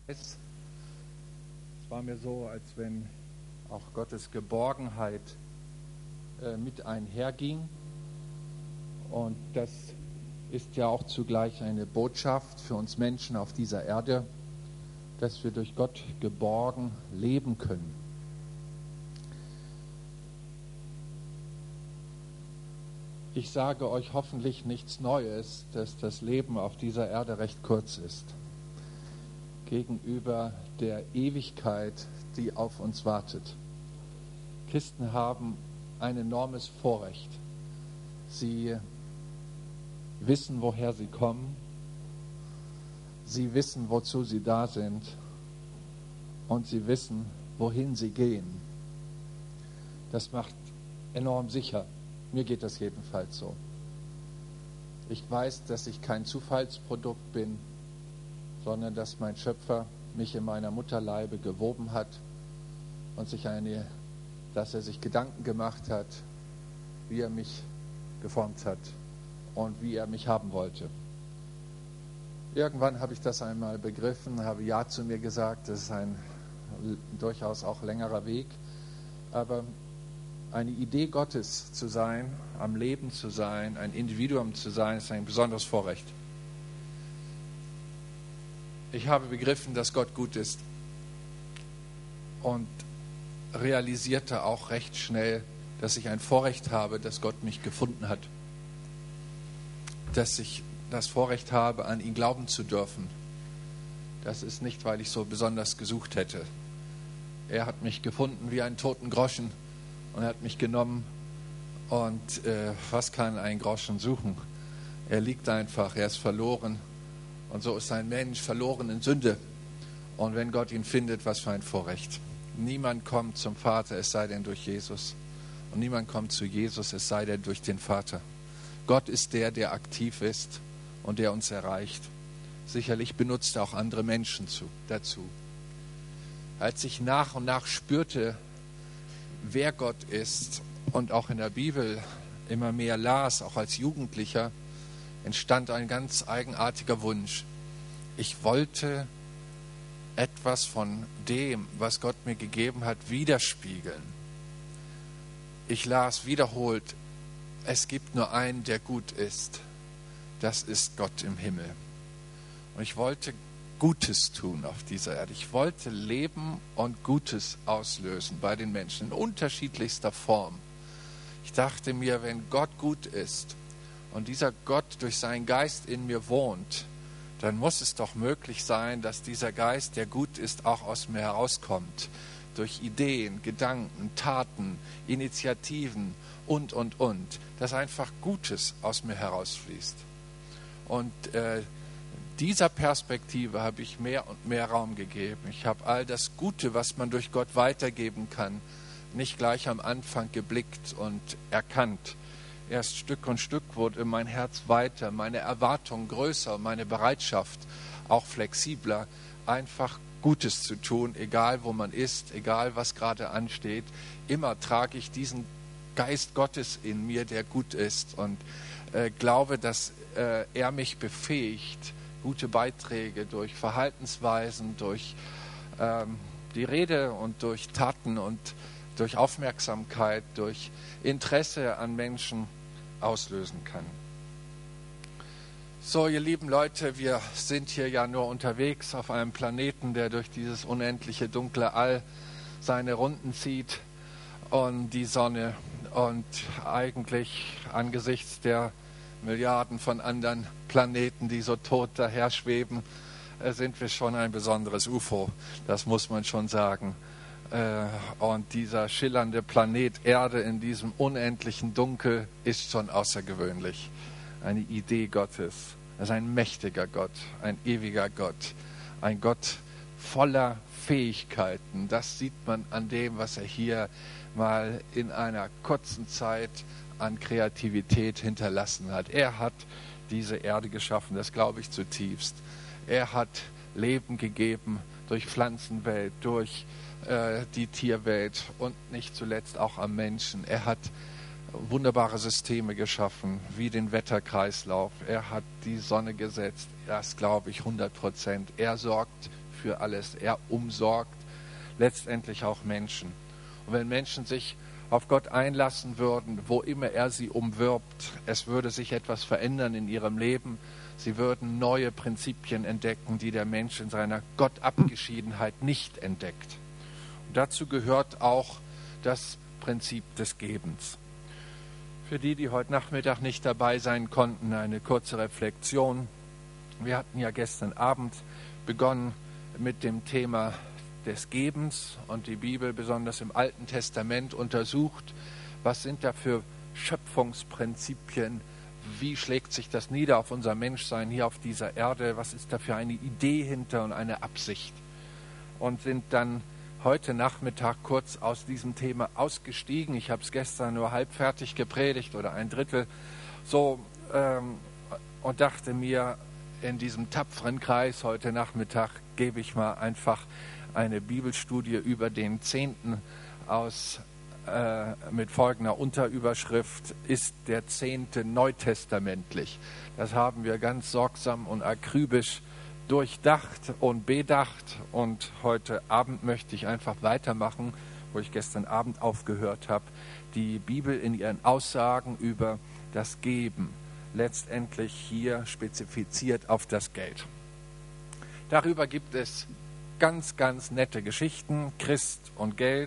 Es war mir so, als wenn auch Gottes Geborgenheit mit einherging. Und das ist ja auch zugleich eine Botschaft für uns Menschen auf dieser Erde, dass wir durch Gott geborgen leben können. Ich sage euch hoffentlich nichts Neues, dass das Leben auf dieser Erde recht kurz ist. Gegenüber der Ewigkeit, die auf uns wartet. Christen haben ein enormes Vorrecht. Sie wissen, woher sie kommen. Sie wissen, wozu sie da sind. Und sie wissen, wohin sie gehen. Das macht enorm sicher. Mir geht das jedenfalls so. Ich weiß, dass ich kein Zufallsprodukt bin, sondern dass mein Schöpfer mich in meiner Mutterleibe gewoben hat und dass er sich Gedanken gemacht hat, wie er mich geformt hat und wie er mich haben wollte. Irgendwann habe ich das einmal begriffen, habe Ja zu mir gesagt. Das ist ein durchaus auch längerer Weg, aber eine Idee Gottes zu sein, am Leben zu sein, ein Individuum zu sein, ist ein besonderes Vorrecht. Ich habe begriffen, dass Gott gut ist und realisierte auch recht schnell, dass ich ein Vorrecht habe, dass Gott mich gefunden hat. Dass ich das Vorrecht habe, an ihn glauben zu dürfen. Das ist nicht, weil ich so besonders gesucht hätte. Er hat mich gefunden wie einen toten Groschen und er hat mich genommen. Und was kann ein Groschen suchen? Er liegt einfach, er ist verloren. Und so ist ein Mensch verloren in Sünde. Und wenn Gott ihn findet, was für ein Vorrecht. Niemand kommt zum Vater, es sei denn durch Jesus. Und niemand kommt zu Jesus, es sei denn durch den Vater. Gott ist der, der aktiv ist und der uns erreicht. Sicherlich benutzt er auch andere Menschen dazu. Als ich nach und nach spürte, wer Gott ist und auch in der Bibel immer mehr las, auch als Jugendlicher, entstand ein ganz eigenartiger Wunsch. Ich wollte etwas von dem, was Gott mir gegeben hat, widerspiegeln. Ich las wiederholt, es gibt nur einen, der gut ist. Das ist Gott im Himmel. Und ich wollte Gutes tun auf dieser Erde. Ich wollte Leben und Gutes auslösen bei den Menschen in unterschiedlichster Form. Ich dachte mir, wenn Gott gut ist, und dieser Gott durch seinen Geist in mir wohnt, dann muss es doch möglich sein, dass dieser Geist, der gut ist, auch aus mir herauskommt. Durch Ideen, Gedanken, Taten, Initiativen und. Dass einfach Gutes aus mir herausfließt. Und dieser Perspektive habe ich mehr und mehr Raum gegeben. Ich habe all das Gute, was man durch Gott weitergeben kann, nicht gleich am Anfang geblickt und erkannt. Erst Stück und Stück wurde mein Herz weiter, meine Erwartung größer, meine Bereitschaft auch flexibler, einfach Gutes zu tun, egal wo man ist, egal was gerade ansteht. Immer trage ich diesen Geist Gottes in mir, der gut ist und glaube, dass er mich befähigt, gute Beiträge durch Verhaltensweisen, durch die Rede und durch Taten und durch Aufmerksamkeit, durch Interesse an Menschen auslösen kann. So, ihr lieben Leute, wir sind hier ja nur unterwegs auf einem Planeten, der durch dieses unendliche dunkle All seine Runden zieht und die Sonne. Und eigentlich angesichts der Milliarden von anderen Planeten, die so tot daher schweben, sind wir schon ein besonderes UFO. Das muss man schon sagen. Und dieser schillernde Planet Erde in diesem unendlichen Dunkel ist schon außergewöhnlich. Eine Idee Gottes. Er ist ein mächtiger Gott, ein ewiger Gott, ein Gott voller Fähigkeiten. Das sieht man an dem, was er hier mal in einer kurzen Zeit an Kreativität hinterlassen hat. Er hat diese Erde geschaffen, das glaube ich zutiefst. Er hat Leben gegeben durch Pflanzenwelt, durch die Tierwelt und nicht zuletzt auch am Menschen. Er hat wunderbare Systeme geschaffen, wie den Wetterkreislauf. Er hat die Sonne gesetzt, das glaube ich 100%. Er sorgt für alles. Er umsorgt letztendlich auch Menschen. Und wenn Menschen sich auf Gott einlassen würden, wo immer er sie umwirbt, es würde sich etwas verändern in ihrem Leben. Sie würden neue Prinzipien entdecken, die der Mensch in seiner Gottabgeschiedenheit nicht entdeckt. Und dazu gehört auch das Prinzip des Gebens. Für die heute Nachmittag nicht dabei sein konnten, eine kurze Reflexion. Wir hatten ja gestern Abend begonnen mit dem Thema des Gebens und die Bibel besonders im Alten Testament untersucht, was sind da für Schöpfungsprinzipien, wie schlägt sich das nieder auf unser Menschsein hier auf dieser Erde, was ist da für eine Idee hinter und eine Absicht. Und sind dann heute Nachmittag kurz aus diesem Thema ausgestiegen. Ich habe es gestern nur halb fertig gepredigt oder ein Drittel so und dachte mir, in diesem tapferen Kreis heute Nachmittag gebe ich mal einfach eine Bibelstudie über den 10. aus mit folgender Unterüberschrift: Ist der 10. neutestamentlich? Das haben wir ganz sorgsam und akribisch durchdacht und bedacht. Und heute Abend möchte ich einfach weitermachen, wo ich gestern Abend aufgehört habe, die Bibel in ihren Aussagen über das Geben letztendlich hier spezifiziert auf das Geld. Darüber gibt es ganz, ganz nette Geschichten, Christ und Geld.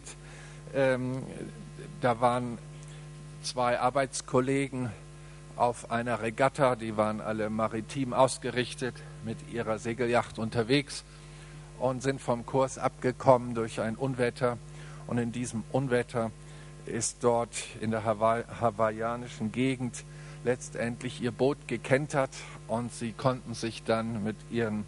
Da waren 2 Arbeitskollegen auf einer Regatta, die waren alle maritim ausgerichtet, mit ihrer Segelyacht unterwegs und sind vom Kurs abgekommen durch ein Unwetter. Und in diesem Unwetter ist dort in der hawaiianischen Gegend letztendlich ihr Boot gekentert und sie konnten sich dann mit ihren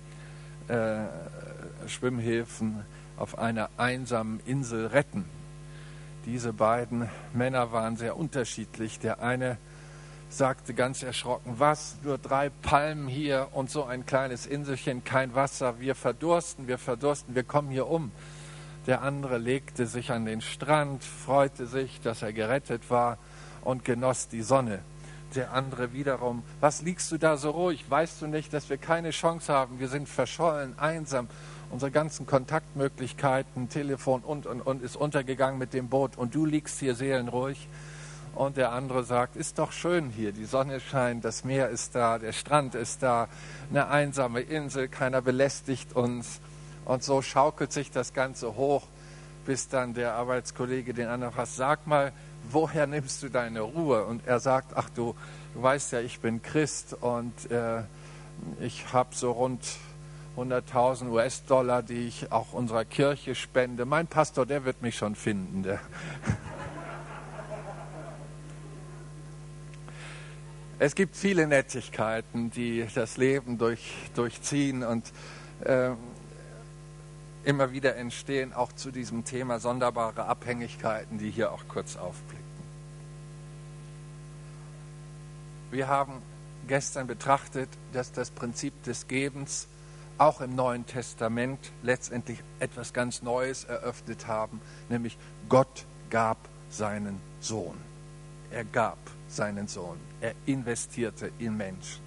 Schwimmhilfen auf einer einsamen Insel retten. Diese beiden Männer waren sehr unterschiedlich. Der eine sagte ganz erschrocken: Was, nur 3 Palmen hier und so ein kleines Inselchen, kein Wasser, wir verdursten, wir kommen hier um. Der andere legte sich an den Strand, freute sich, dass er gerettet war und genoss die Sonne. Der andere wiederum: Was liegst du da so ruhig? Weißt du nicht, dass wir keine Chance haben? Wir sind verschollen, einsam. Unsere ganzen Kontaktmöglichkeiten, Telefon und ist untergegangen mit dem Boot. Und du liegst hier seelenruhig. Und der andere sagt: Ist doch schön hier. Die Sonne scheint, das Meer ist da, der Strand ist da, eine einsame Insel, keiner belästigt uns. Und so schaukelt sich das Ganze hoch, bis dann der Arbeitskollege den anderen fragt: Sag mal, woher nimmst du deine Ruhe? Und er sagt: Ach du weißt ja, ich bin Christ und ich habe so rund 100.000 US-Dollar, die ich auch unserer Kirche spende. Mein Pastor, der wird mich schon finden. Es gibt viele Nettigkeiten, die das Leben durchziehen und immer wieder entstehen, auch zu diesem Thema sonderbare Abhängigkeiten, die hier auch kurz aufblicken. Wir haben gestern betrachtet, dass das Prinzip des Gebens auch im Neuen Testament letztendlich etwas ganz Neues eröffnet haben, nämlich Gott gab seinen Sohn. Er gab seinen Sohn. Er investierte in Menschen.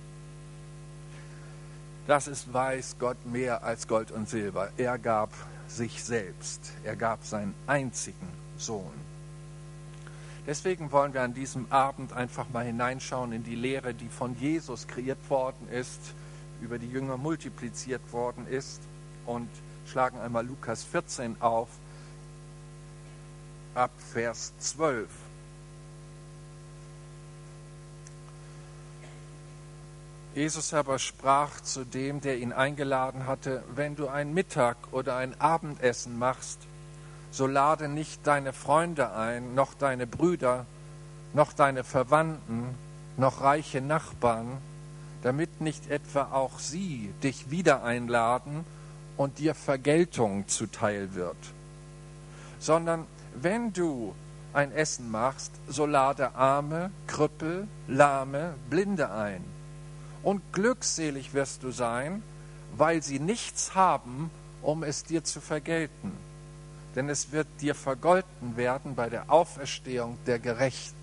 Das ist, weiß Gott, mehr als Gold und Silber. Er gab sich selbst. Er gab seinen einzigen Sohn. Deswegen wollen wir an diesem Abend einfach mal hineinschauen in die Lehre, die von Jesus kreiert worden ist, über die Jünger multipliziert worden ist, und schlagen einmal Lukas 14 auf, ab Vers 12. Jesus aber sprach zu dem, der ihn eingeladen hatte: Wenn du ein Mittag- oder ein Abendessen machst, so lade nicht deine Freunde ein, noch deine Brüder, noch deine Verwandten, noch reiche Nachbarn, damit nicht etwa auch sie dich wieder einladen und dir Vergeltung zuteil wird. Sondern wenn du ein Essen machst, so lade Arme, Krüppel, Lahme, Blinde ein. Und glückselig wirst du sein, weil sie nichts haben, um es dir zu vergelten. Denn es wird dir vergolten werden bei der Auferstehung der Gerechten.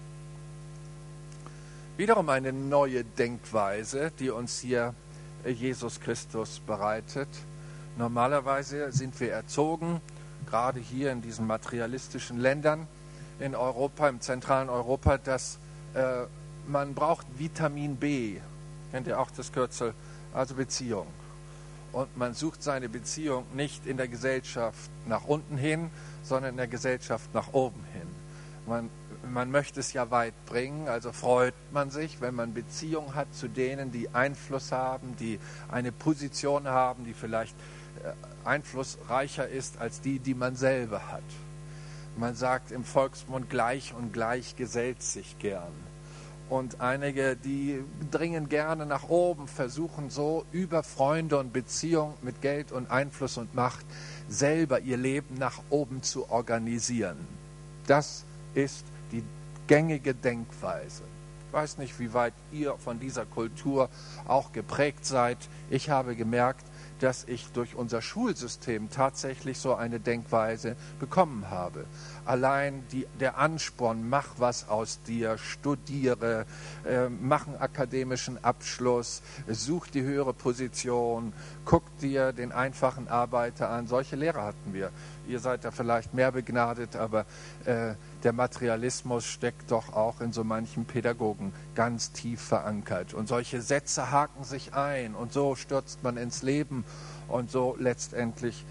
Wiederum eine neue Denkweise, die uns hier Jesus Christus bereitet. Normalerweise sind wir erzogen, gerade hier in diesen materialistischen Ländern in Europa, im zentralen Europa, dass man braucht Vitamin B, kennt ihr auch das Kürzel, also Beziehung. Und man sucht seine Beziehung nicht in der Gesellschaft nach unten hin, sondern in der Gesellschaft nach oben hin. Man möchte es ja weit bringen, also freut man sich, wenn man Beziehung hat zu denen, die Einfluss haben, die eine Position haben, die vielleicht einflussreicher ist als die man selber hat. Man sagt im Volksmund, gleich und gleich gesellt sich gern. Und einige, die dringen gerne nach oben, versuchen so über Freunde und Beziehung mit Geld und Einfluss und Macht selber ihr Leben nach oben zu organisieren. Das ist die gängige Denkweise. Ich weiß nicht, wie weit ihr von dieser Kultur auch geprägt seid. Ich habe gemerkt, dass ich durch unser Schulsystem tatsächlich so eine Denkweise bekommen habe. Allein der Ansporn, mach was aus dir, studiere, mach einen akademischen Abschluss, such die höhere Position, guck dir den einfachen Arbeiter an. Solche Lehrer hatten wir. Ihr seid da vielleicht mehr begnadet, aber der Materialismus steckt doch auch in so manchen Pädagogen ganz tief verankert. Und solche Sätze haken sich ein und so stürzt man ins Leben und so letztendlich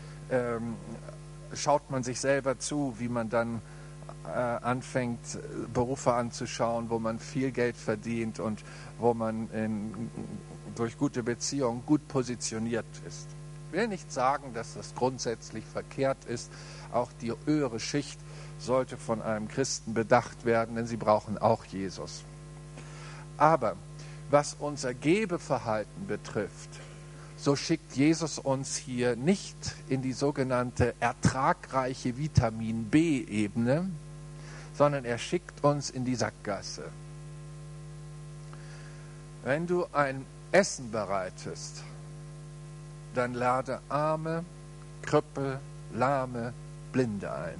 schaut man sich selber zu, wie man dann anfängt, Berufe anzuschauen, wo man viel Geld verdient und wo man durch gute Beziehungen gut positioniert ist. Ich will nicht sagen, dass das grundsätzlich verkehrt ist. Auch die höhere Schicht sollte von einem Christen bedacht werden, denn sie brauchen auch Jesus. Aber was unser Gebeverhalten betrifft, so schickt Jesus uns hier nicht in die sogenannte ertragreiche Vitamin B-Ebene, sondern er schickt uns in die Sackgasse. Wenn du ein Essen bereitest, dann lade Arme, Krüppel, Lahme, Blinde ein.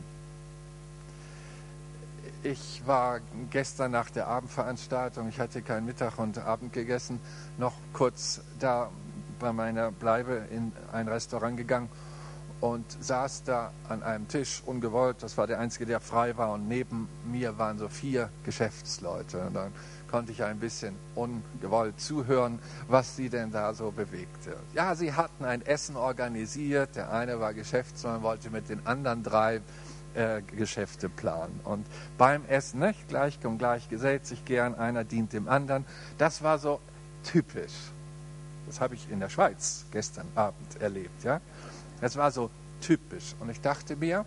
Ich war gestern nach der Abendveranstaltung, ich hatte kein Mittag und Abend gegessen, noch kurz da bei meiner Bleibe in ein Restaurant gegangen und saß da an einem Tisch, ungewollt, das war der einzige, der frei war, und neben mir waren so 4 Geschäftsleute. Und dann konnte ich ein bisschen ungewollt zuhören, was sie denn da so bewegte. Ja, sie hatten ein Essen organisiert, der eine war Geschäftsmann, wollte mit den anderen 3 Geschäfte planen. Und beim Essen, nicht? Gleich kommt gleich, gesellt sich gern, einer dient dem anderen. Das war so typisch. Das habe ich in der Schweiz gestern Abend erlebt. Ja? Das war so typisch. Und ich dachte mir,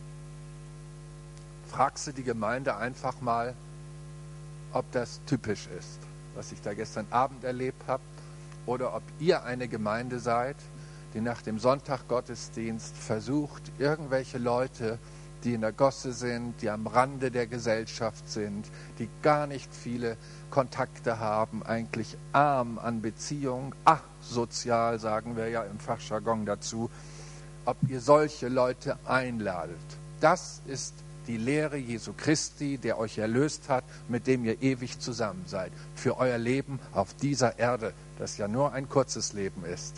fragst du die Gemeinde einfach mal, ob das typisch ist, was ich da gestern Abend erlebt habe, oder ob ihr eine Gemeinde seid, die nach dem Sonntaggottesdienst versucht, irgendwelche Leute, die in der Gosse sind, die am Rande der Gesellschaft sind, die gar nicht viele Kontakte haben, eigentlich arm an Beziehungen, asozial, sagen wir ja im Fachjargon dazu, ob ihr solche Leute einladet. Das ist die Lehre Jesu Christi, der euch erlöst hat, mit dem ihr ewig zusammen seid, für euer Leben auf dieser Erde, das ja nur ein kurzes Leben ist.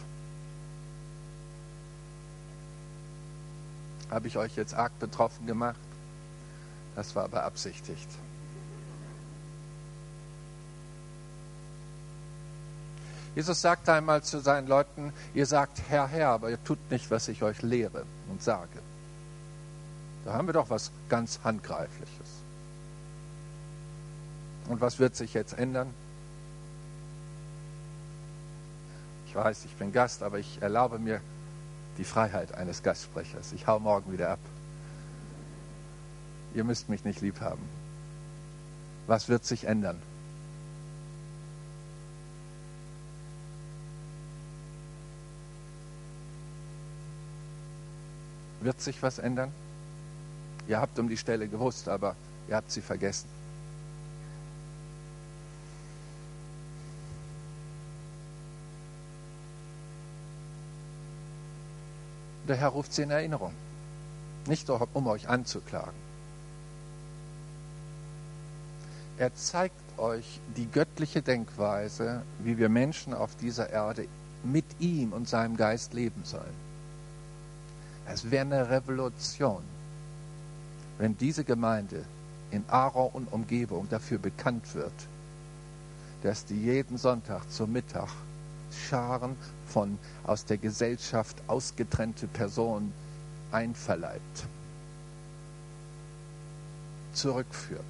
Habe ich euch jetzt arg betroffen gemacht? Das war beabsichtigt. Jesus sagte einmal zu seinen Leuten, ihr sagt Herr, Herr, aber ihr tut nicht, was ich euch lehre und sage. Da haben wir doch was ganz Handgreifliches. Und was wird sich jetzt ändern? Ich weiß, ich bin Gast, aber ich erlaube mir die Freiheit eines Gastsprechers. Ich hau morgen wieder ab. Ihr müsst mich nicht lieb haben. Was wird sich ändern? Wird sich was ändern? Ihr habt um die Stelle gewusst, aber ihr habt sie vergessen. Der Herr ruft sie in Erinnerung. Nicht um euch anzuklagen. Er zeigt euch die göttliche Denkweise, wie wir Menschen auf dieser Erde mit ihm und seinem Geist leben sollen. Es wäre eine Revolution, wenn diese Gemeinde in Aarau und Umgebung dafür bekannt wird, dass die jeden Sonntag zum Mittag Scharen von aus der Gesellschaft ausgetrennte Personen einverleibt, zurückführt.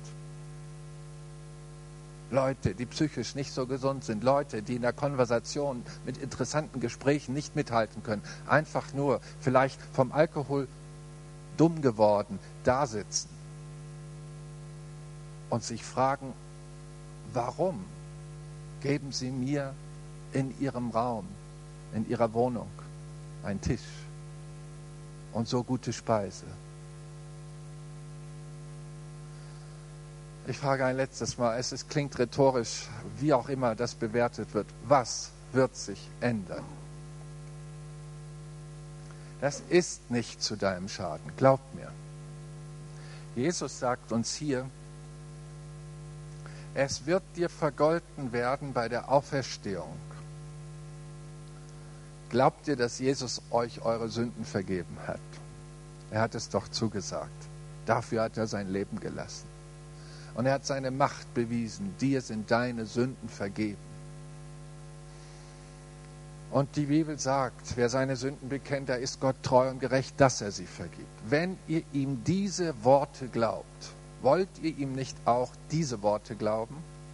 Leute, die psychisch nicht so gesund sind, Leute, die in der Konversation mit interessanten Gesprächen nicht mithalten können, einfach nur vielleicht vom Alkohol dumm geworden da sitzen und sich fragen, warum geben Sie mir in Ihrem Raum, in Ihrer Wohnung einen Tisch und so gute Speise? Ich frage ein letztes Mal, es klingt rhetorisch, wie auch immer das bewertet wird. Was wird sich ändern? Das ist nicht zu deinem Schaden, glaub mir. Jesus sagt uns hier, es wird dir vergolten werden bei der Auferstehung. Glaubt ihr, dass Jesus euch eure Sünden vergeben hat? Er hat es doch zugesagt. Dafür hat er sein Leben gelassen. Und er hat seine Macht bewiesen. Dir sind deine Sünden vergeben. Und die Bibel sagt, wer seine Sünden bekennt, der ist Gott treu und gerecht, dass er sie vergibt. Wenn ihr ihm diese Worte glaubt, wollt ihr ihm nicht auch diese Worte glauben?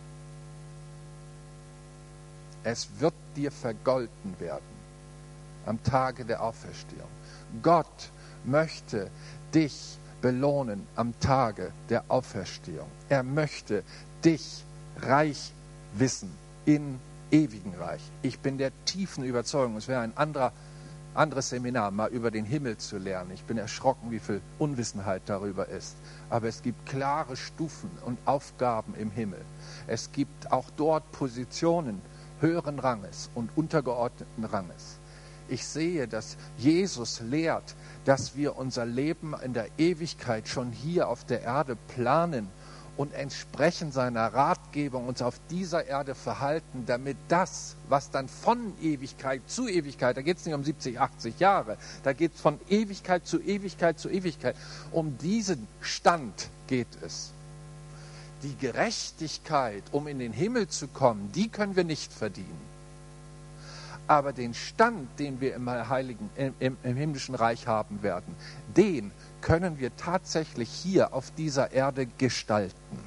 Es wird dir vergolten werden am Tage der Auferstehung. Gott möchte dich belohnen am Tage der Auferstehung. Er möchte dich reich wissen im ewigen Reich. Ich bin der tiefen Überzeugung, es wäre ein anderes Seminar, mal über den Himmel zu lernen. Ich bin erschrocken, wie viel Unwissenheit darüber ist. Aber es gibt klare Stufen und Aufgaben im Himmel. Es gibt auch dort Positionen höheren Ranges und untergeordneten Ranges. Ich sehe, dass Jesus lehrt, dass wir unser Leben in der Ewigkeit schon hier auf der Erde planen und entsprechend seiner Ratgebung uns auf dieser Erde verhalten, damit das, was dann von Ewigkeit zu Ewigkeit, da geht es nicht um 70, 80 Jahre, da geht es von Ewigkeit zu Ewigkeit zu Ewigkeit. Um diesen Stand geht es. Die Gerechtigkeit, um in den Himmel zu kommen, die können wir nicht verdienen. Aber den Stand, den wir im himmlischen Reich haben werden, den können wir tatsächlich hier auf dieser Erde gestalten.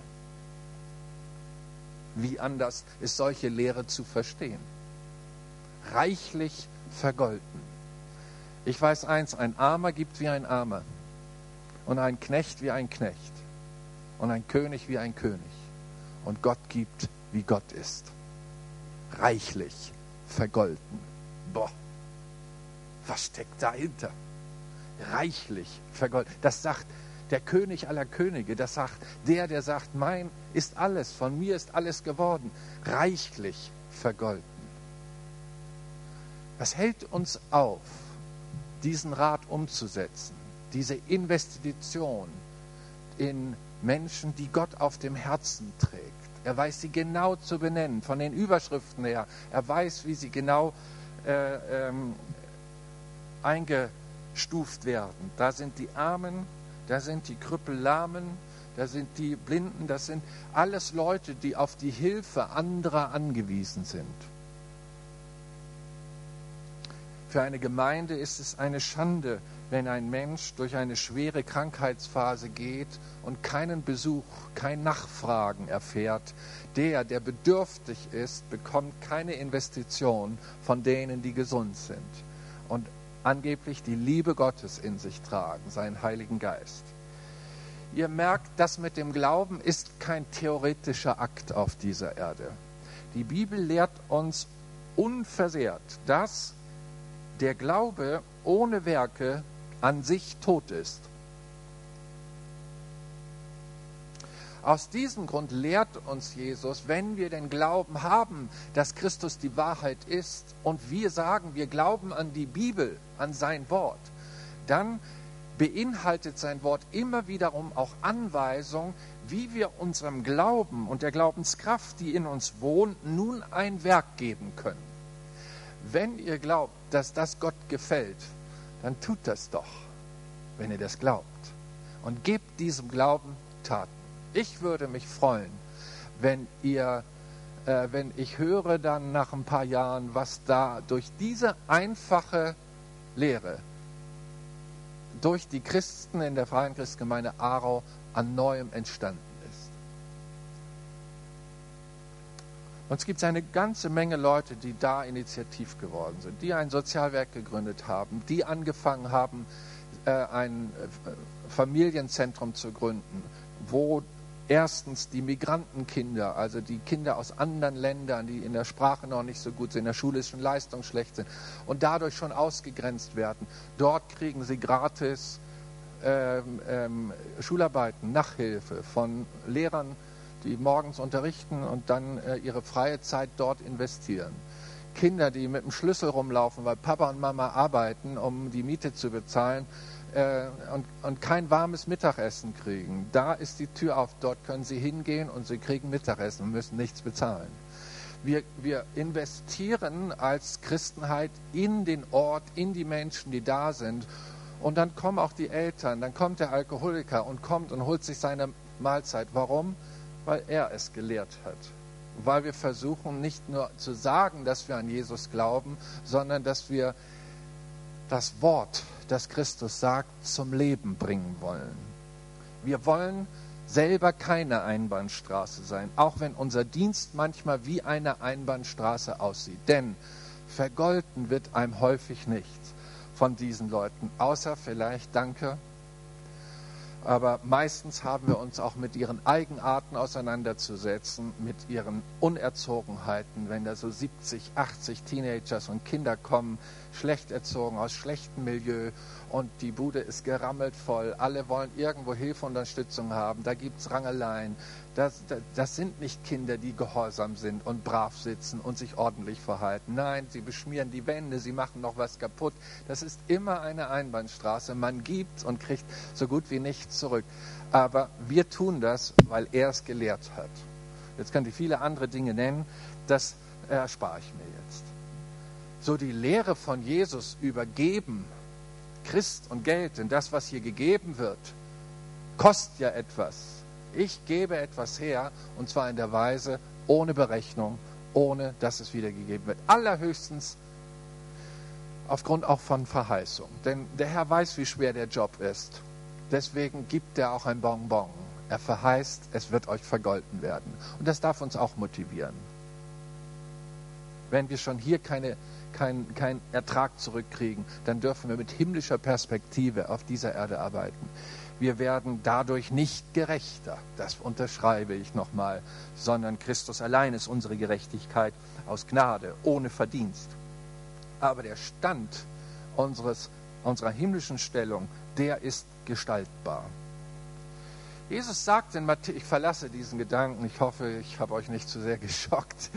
Wie anders ist solche Lehre zu verstehen? Reichlich vergolten. Ich weiß eins, ein Armer gibt wie ein Armer und ein Knecht wie ein Knecht und ein König wie ein König und Gott gibt, wie Gott ist. Reichlich vergolten. Boah, was steckt dahinter? Reichlich vergolten. Das sagt der König aller Könige. Das sagt der sagt, mein ist alles, von mir ist alles geworden. Reichlich vergolten. Was hält uns auf, diesen Rat umzusetzen? Diese Investition in Menschen, die Gott auf dem Herzen trägt. Er weiß sie genau zu benennen, von den Überschriften her. Er weiß, wie sie genau eingestuft werden. Da sind die Armen, da sind die Krüppellahmen, da sind die Blinden, das sind alles Leute, die auf die Hilfe anderer angewiesen sind. Für eine Gemeinde ist es eine Schande, wenn ein Mensch durch eine schwere Krankheitsphase geht und keinen Besuch, kein Nachfragen erfährt. Der bedürftig ist, bekommt keine Investition von denen, die gesund sind und angeblich die Liebe Gottes in sich tragen, seinen Heiligen Geist. Ihr merkt, das mit dem Glauben ist kein theoretischer Akt auf dieser Erde. Die Bibel lehrt uns unversehrt, dass der Glaube ohne Werke an sich tot ist. Aus diesem Grund lehrt uns Jesus, wenn wir den Glauben haben, dass Christus die Wahrheit ist und wir sagen, wir glauben an die Bibel, an sein Wort, dann beinhaltet sein Wort immer wiederum auch Anweisungen, wie wir unserem Glauben und der Glaubenskraft, die in uns wohnt, nun ein Werk geben können. Wenn ihr glaubt, dass das Gott gefällt, dann tut das doch. wenn ihr das glaubt. Und gebt diesem Glauben Taten. Ich würde mich freuen, wenn ich höre dann nach ein paar Jahren, was da durch diese einfache Lehre, durch die Christen in der Freien Christengemeinde Aarau an Neuem entstanden ist. Und es gibt eine ganze Menge Leute, die da initiativ geworden sind, die ein Sozialwerk gegründet haben, die angefangen haben, ein Familienzentrum zu gründen, wo erstens die Migrantenkinder, also die Kinder aus anderen Ländern, die in der Sprache noch nicht so gut sind, in der schulischen Leistung schlecht sind und dadurch schon ausgegrenzt werden. Dort kriegen sie gratis Schularbeiten, Nachhilfe von Lehrern, die morgens unterrichten und dann ihre freie Zeit dort investieren. Kinder, die mit dem Schlüssel rumlaufen, weil Papa und Mama arbeiten, um die Miete zu bezahlen, und kein warmes Mittagessen kriegen. Da ist die Tür auf, dort können sie hingehen und sie kriegen Mittagessen und müssen nichts bezahlen. Wir investieren als Christenheit in den Ort, in die Menschen, die da sind, und dann kommen auch die Eltern, dann kommt der Alkoholiker und kommt und holt sich seine Mahlzeit. Warum? Weil er es gelehrt hat. Weil wir versuchen, nicht nur zu sagen, dass wir an Jesus glauben, sondern dass wir das Wort, das Christus sagt, zum Leben bringen wollen. Wir wollen selber keine Einbahnstraße sein, auch wenn unser Dienst manchmal wie eine Einbahnstraße aussieht. Denn vergolten wird einem häufig nichts von diesen Leuten, außer vielleicht Danke. Aber meistens haben wir uns auch mit ihren Eigenarten auseinanderzusetzen, mit ihren Unerzogenheiten, wenn da so 70, 80 Teenagers und Kinder kommen, schlecht erzogen, aus schlechtem Milieu, und die Bude ist gerammelt voll. Alle wollen irgendwo Hilfe und Unterstützung haben. Da gibt es Rangeleien. Das sind nicht Kinder, die gehorsam sind und brav sitzen und sich ordentlich verhalten. Nein, sie beschmieren die Wände, sie machen noch was kaputt. Das ist immer eine Einbahnstraße. Man gibt und kriegt so gut wie nichts zurück. Aber wir tun das, weil er es gelehrt hat. Jetzt könnt ihr viele andere Dinge nennen. Das erspare ich mir jetzt. So die Lehre von Jesus über Geben, Christ und Geld, denn das, was hier gegeben wird, kostet ja etwas. Ich gebe etwas her, und zwar in der Weise ohne Berechnung, ohne dass es wiedergegeben wird. Allerhöchstens aufgrund auch von Verheißung. Denn der Herr weiß, wie schwer der Job ist. Deswegen gibt er auch ein Bonbon. Er verheißt, es wird euch vergolten werden. Und das darf uns auch motivieren. Wenn wir schon hier keinen Ertrag zurückkriegen, dann dürfen wir mit himmlischer Perspektive auf dieser Erde arbeiten. Wir werden dadurch nicht gerechter, das unterschreibe ich nochmal, sondern Christus allein ist unsere Gerechtigkeit aus Gnade, ohne Verdienst. Aber der Stand unserer himmlischen Stellung, der ist gestaltbar. Jesus sagt in Matthäus, ich verlasse diesen Gedanken, ich hoffe, ich habe euch nicht zu sehr geschockt,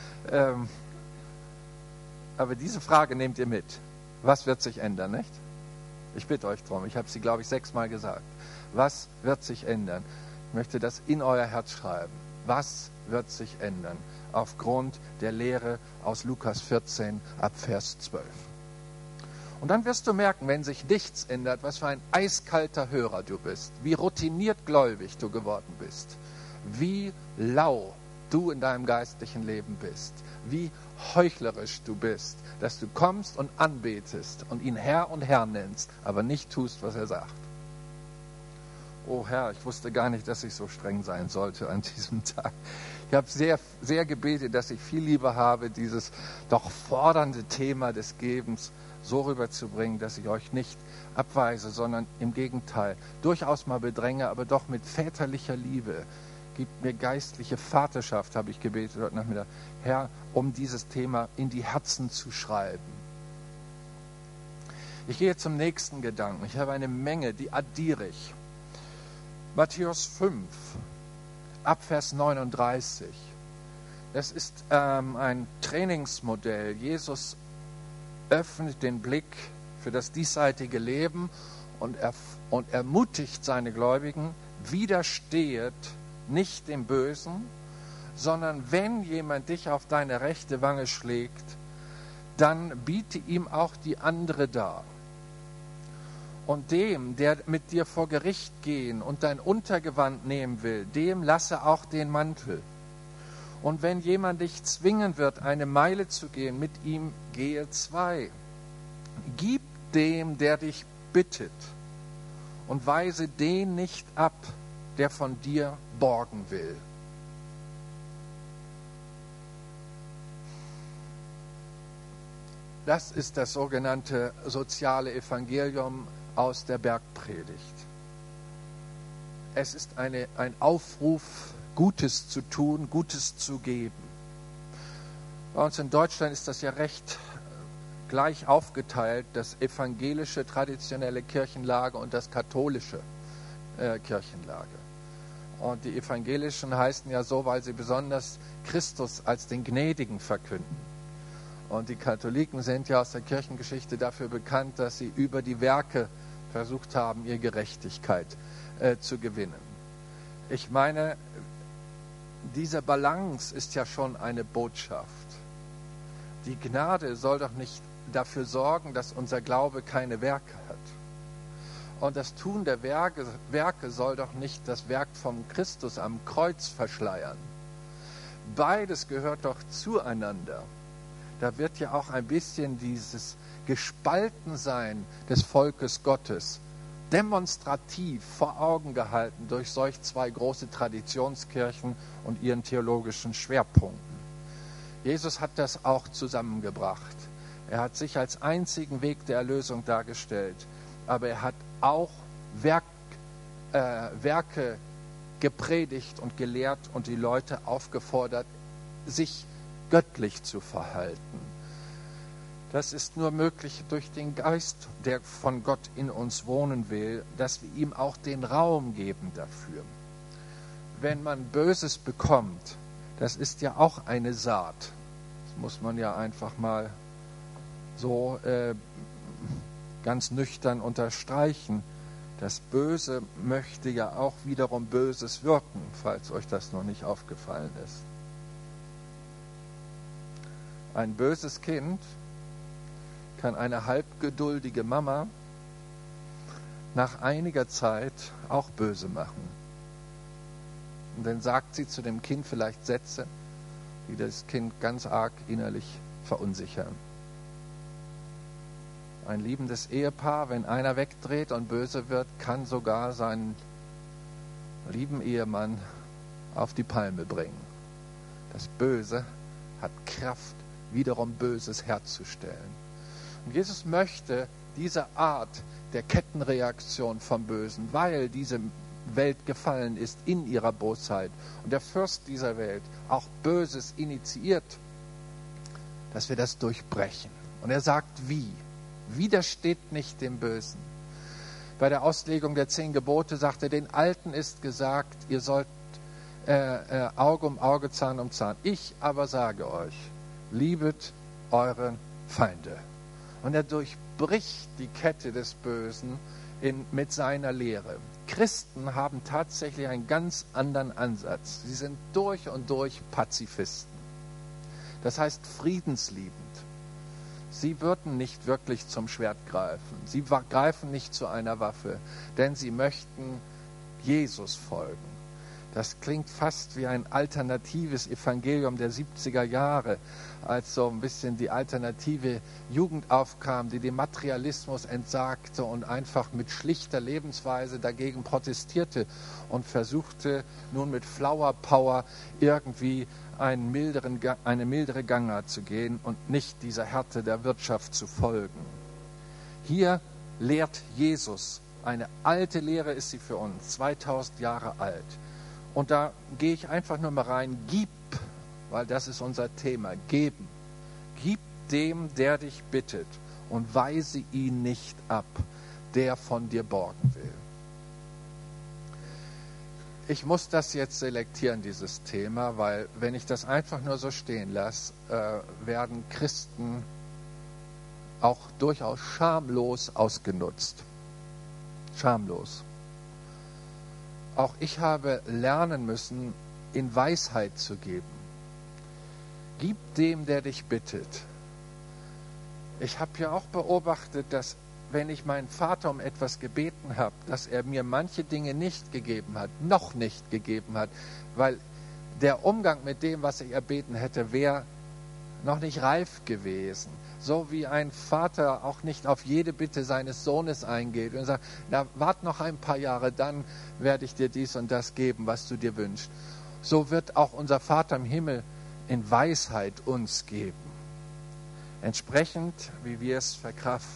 aber diese Frage nehmt ihr mit. Was wird sich ändern, nicht? Ich bitte euch darum. Ich habe sie, glaube ich, 6-mal gesagt. Was wird sich ändern? Ich möchte das in euer Herz schreiben. Was wird sich ändern? Aufgrund der Lehre aus Lukas 14 ab Vers 12. Und dann wirst du merken, wenn sich nichts ändert, was für ein eiskalter Hörer du bist, wie routiniert gläubig du geworden bist, wie lau du in deinem geistlichen Leben bist, wie heuchlerisch du bist, dass du kommst und anbetest und ihn Herr und Herr nennst, aber nicht tust, was er sagt. Oh Herr, ich wusste gar nicht, dass ich so streng sein sollte an diesem Tag. Ich habe sehr, sehr gebetet, dass ich viel lieber habe, dieses doch fordernde Thema des Gebens so rüberzubringen, dass ich euch nicht abweise, sondern im Gegenteil durchaus mal bedränge, aber doch mit väterlicher Liebe. Gib mir geistliche Vaterschaft, habe ich gebetet heute Nachmittag, Herr, um dieses Thema in die Herzen zu schreiben. Ich gehe zum nächsten Gedanken. Ich habe eine Menge, die addiere ich. Matthäus 5, ab Vers 39. Das ist ein Trainingsmodell. Jesus öffnet den Blick für das diesseitige Leben und ermutigt seine Gläubigen, widerstehet nicht dem Bösen, sondern wenn jemand dich auf deine rechte Wange schlägt, dann biete ihm auch die andere dar. Und dem, der mit dir vor Gericht gehen und dein Untergewand nehmen will, dem lasse auch den Mantel. Und wenn jemand dich zwingen wird, eine Meile zu gehen, mit ihm gehe 2. Gib dem, der dich bittet, und weise den nicht ab, der von dir borgen will. Das ist das sogenannte soziale Evangelium aus der Bergpredigt. Es ist ein Aufruf, Gutes zu tun, Gutes zu geben. Bei uns in Deutschland ist das ja recht gleich aufgeteilt, das evangelische, traditionelle Kirchenlager und das katholische Kirchenlager. Und die Evangelischen heißen ja so, weil sie besonders Christus als den Gnädigen verkünden. Und die Katholiken sind ja aus der Kirchengeschichte dafür bekannt, dass sie über die Werke versucht haben, ihre Gerechtigkeit zu gewinnen. Ich meine, diese Balance ist ja schon eine Botschaft. Die Gnade soll doch nicht dafür sorgen, dass unser Glaube keine Werke hat. Und das Tun der Werke soll doch nicht das Werk vom Christus am Kreuz verschleiern. Beides gehört doch zueinander. Da wird ja auch ein bisschen dieses Gespaltensein des Volkes Gottes demonstrativ vor Augen gehalten durch solch 2 große Traditionskirchen und ihren theologischen Schwerpunkten. Jesus hat das auch zusammengebracht. Er hat sich als einzigen Weg der Erlösung dargestellt, aber er hat auch Werke gepredigt und gelehrt und die Leute aufgefordert, sich göttlich zu verhalten. Das ist nur möglich durch den Geist, der von Gott in uns wohnen will, dass wir ihm auch den Raum geben dafür. Wenn man Böses bekommt, das ist ja auch eine Saat. Das muss man ja einfach mal so ganz nüchtern unterstreichen. Das Böse möchte ja auch wiederum Böses wirken, falls euch das noch nicht aufgefallen ist. Ein böses Kind kann eine halbgeduldige Mama nach einiger Zeit auch böse machen. Und dann sagt sie zu dem Kind vielleicht Sätze, die das Kind ganz arg innerlich verunsichern. Ein liebendes Ehepaar, wenn einer wegdreht und böse wird, kann sogar seinen lieben Ehemann auf die Palme bringen. Das Böse hat Kraft, wiederum Böses herzustellen. Und Jesus möchte diese Art der Kettenreaktion vom Bösen, weil diese Welt gefallen ist in ihrer Bosheit und der Fürst dieser Welt auch Böses initiiert, dass wir das durchbrechen. Und er sagt, wie? Widersteht nicht dem Bösen. Bei der Auslegung der 10 Gebote sagt er, den Alten ist gesagt, ihr sollt Auge um Auge, Zahn um Zahn. Ich aber sage euch, liebet eure Feinde. Und er durchbricht die Kette des Bösen mit seiner Lehre. Christen haben tatsächlich einen ganz anderen Ansatz. Sie sind durch und durch Pazifisten. Das heißt friedensliebend. Sie würden nicht wirklich zum Schwert greifen. Sie greifen nicht zu einer Waffe, denn sie möchten Jesus folgen. Das klingt fast wie ein alternatives Evangelium der 70er Jahre, als so ein bisschen die alternative Jugend aufkam, die dem Materialismus entsagte und einfach mit schlichter Lebensweise dagegen protestierte und versuchte nun mit Flower Power irgendwie eine mildere Gangart zu gehen und nicht dieser Härte der Wirtschaft zu folgen. Hier lehrt Jesus, eine alte Lehre ist sie für uns, 2000 Jahre alt. Und da gehe ich einfach nur mal rein, gib, weil das ist unser Thema, geben. Gib dem, der dich bittet und weise ihn nicht ab, der von dir borgen will. Ich muss das jetzt selektieren, dieses Thema, weil wenn ich das einfach nur so stehen lasse, werden Christen auch durchaus schamlos ausgenutzt. Schamlos. Auch ich habe lernen müssen, in Weisheit zu geben. Gib dem, der dich bittet. Ich habe ja auch beobachtet, dass wenn ich meinen Vater um etwas gebeten habe, dass er mir manche Dinge nicht gegeben hat, noch nicht gegeben hat, weil der Umgang mit dem, was ich erbeten hätte, wäre noch nicht reif gewesen. So wie ein Vater auch nicht auf jede Bitte seines Sohnes eingeht und sagt, na, wart noch ein paar Jahre, dann werde ich dir dies und das geben, was du dir wünschst. So wird auch unser Vater im Himmel in Weisheit uns geben. Entsprechend, wie wir es verkraften.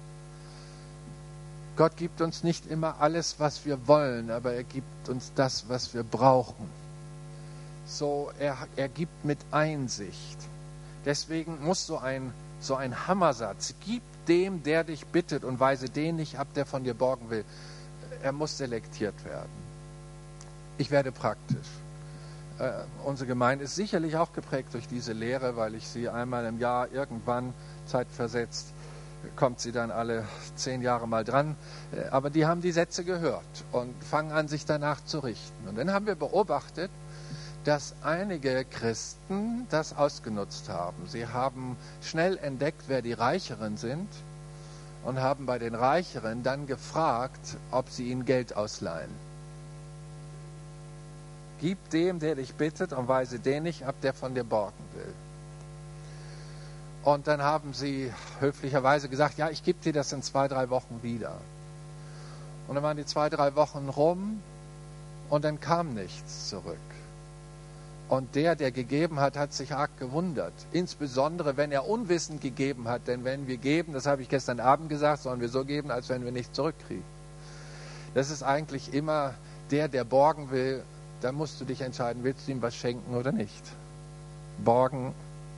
Gott gibt uns nicht immer alles, was wir wollen, aber er gibt uns das, was wir brauchen. So, er gibt mit Einsicht. Deswegen muss so ein Hammersatz, gib dem, der dich bittet und weise den nicht ab, der von dir borgen will. Er muss selektiert werden. Ich werde praktisch. Unsere Gemeinde ist sicherlich auch geprägt durch diese Lehre, weil ich sie einmal im Jahr irgendwann zeitversetzt, kommt sie dann alle 10 Jahre mal dran. Aber die haben die Sätze gehört und fangen an, sich danach zu richten. Und dann haben wir beobachtet, dass einige Christen das ausgenutzt haben. Sie haben schnell entdeckt, wer die Reicheren sind und haben bei den Reicheren dann gefragt, ob sie ihnen Geld ausleihen. Gib dem, der dich bittet, und weise den nicht ab, der von dir borgen will. Und dann haben sie höflicherweise gesagt, ja, ich gebe dir das in 2-3 Wochen wieder. Und dann waren die 2-3 Wochen rum und dann kam nichts zurück. Und der gegeben hat, hat sich arg gewundert. Insbesondere, wenn er unwissend gegeben hat. Denn wenn wir geben, das habe ich gestern Abend gesagt, sollen wir so geben, als wenn wir nichts zurückkriegen. Das ist eigentlich immer der borgen will. Da musst du dich entscheiden, willst du ihm was schenken oder nicht. Borgen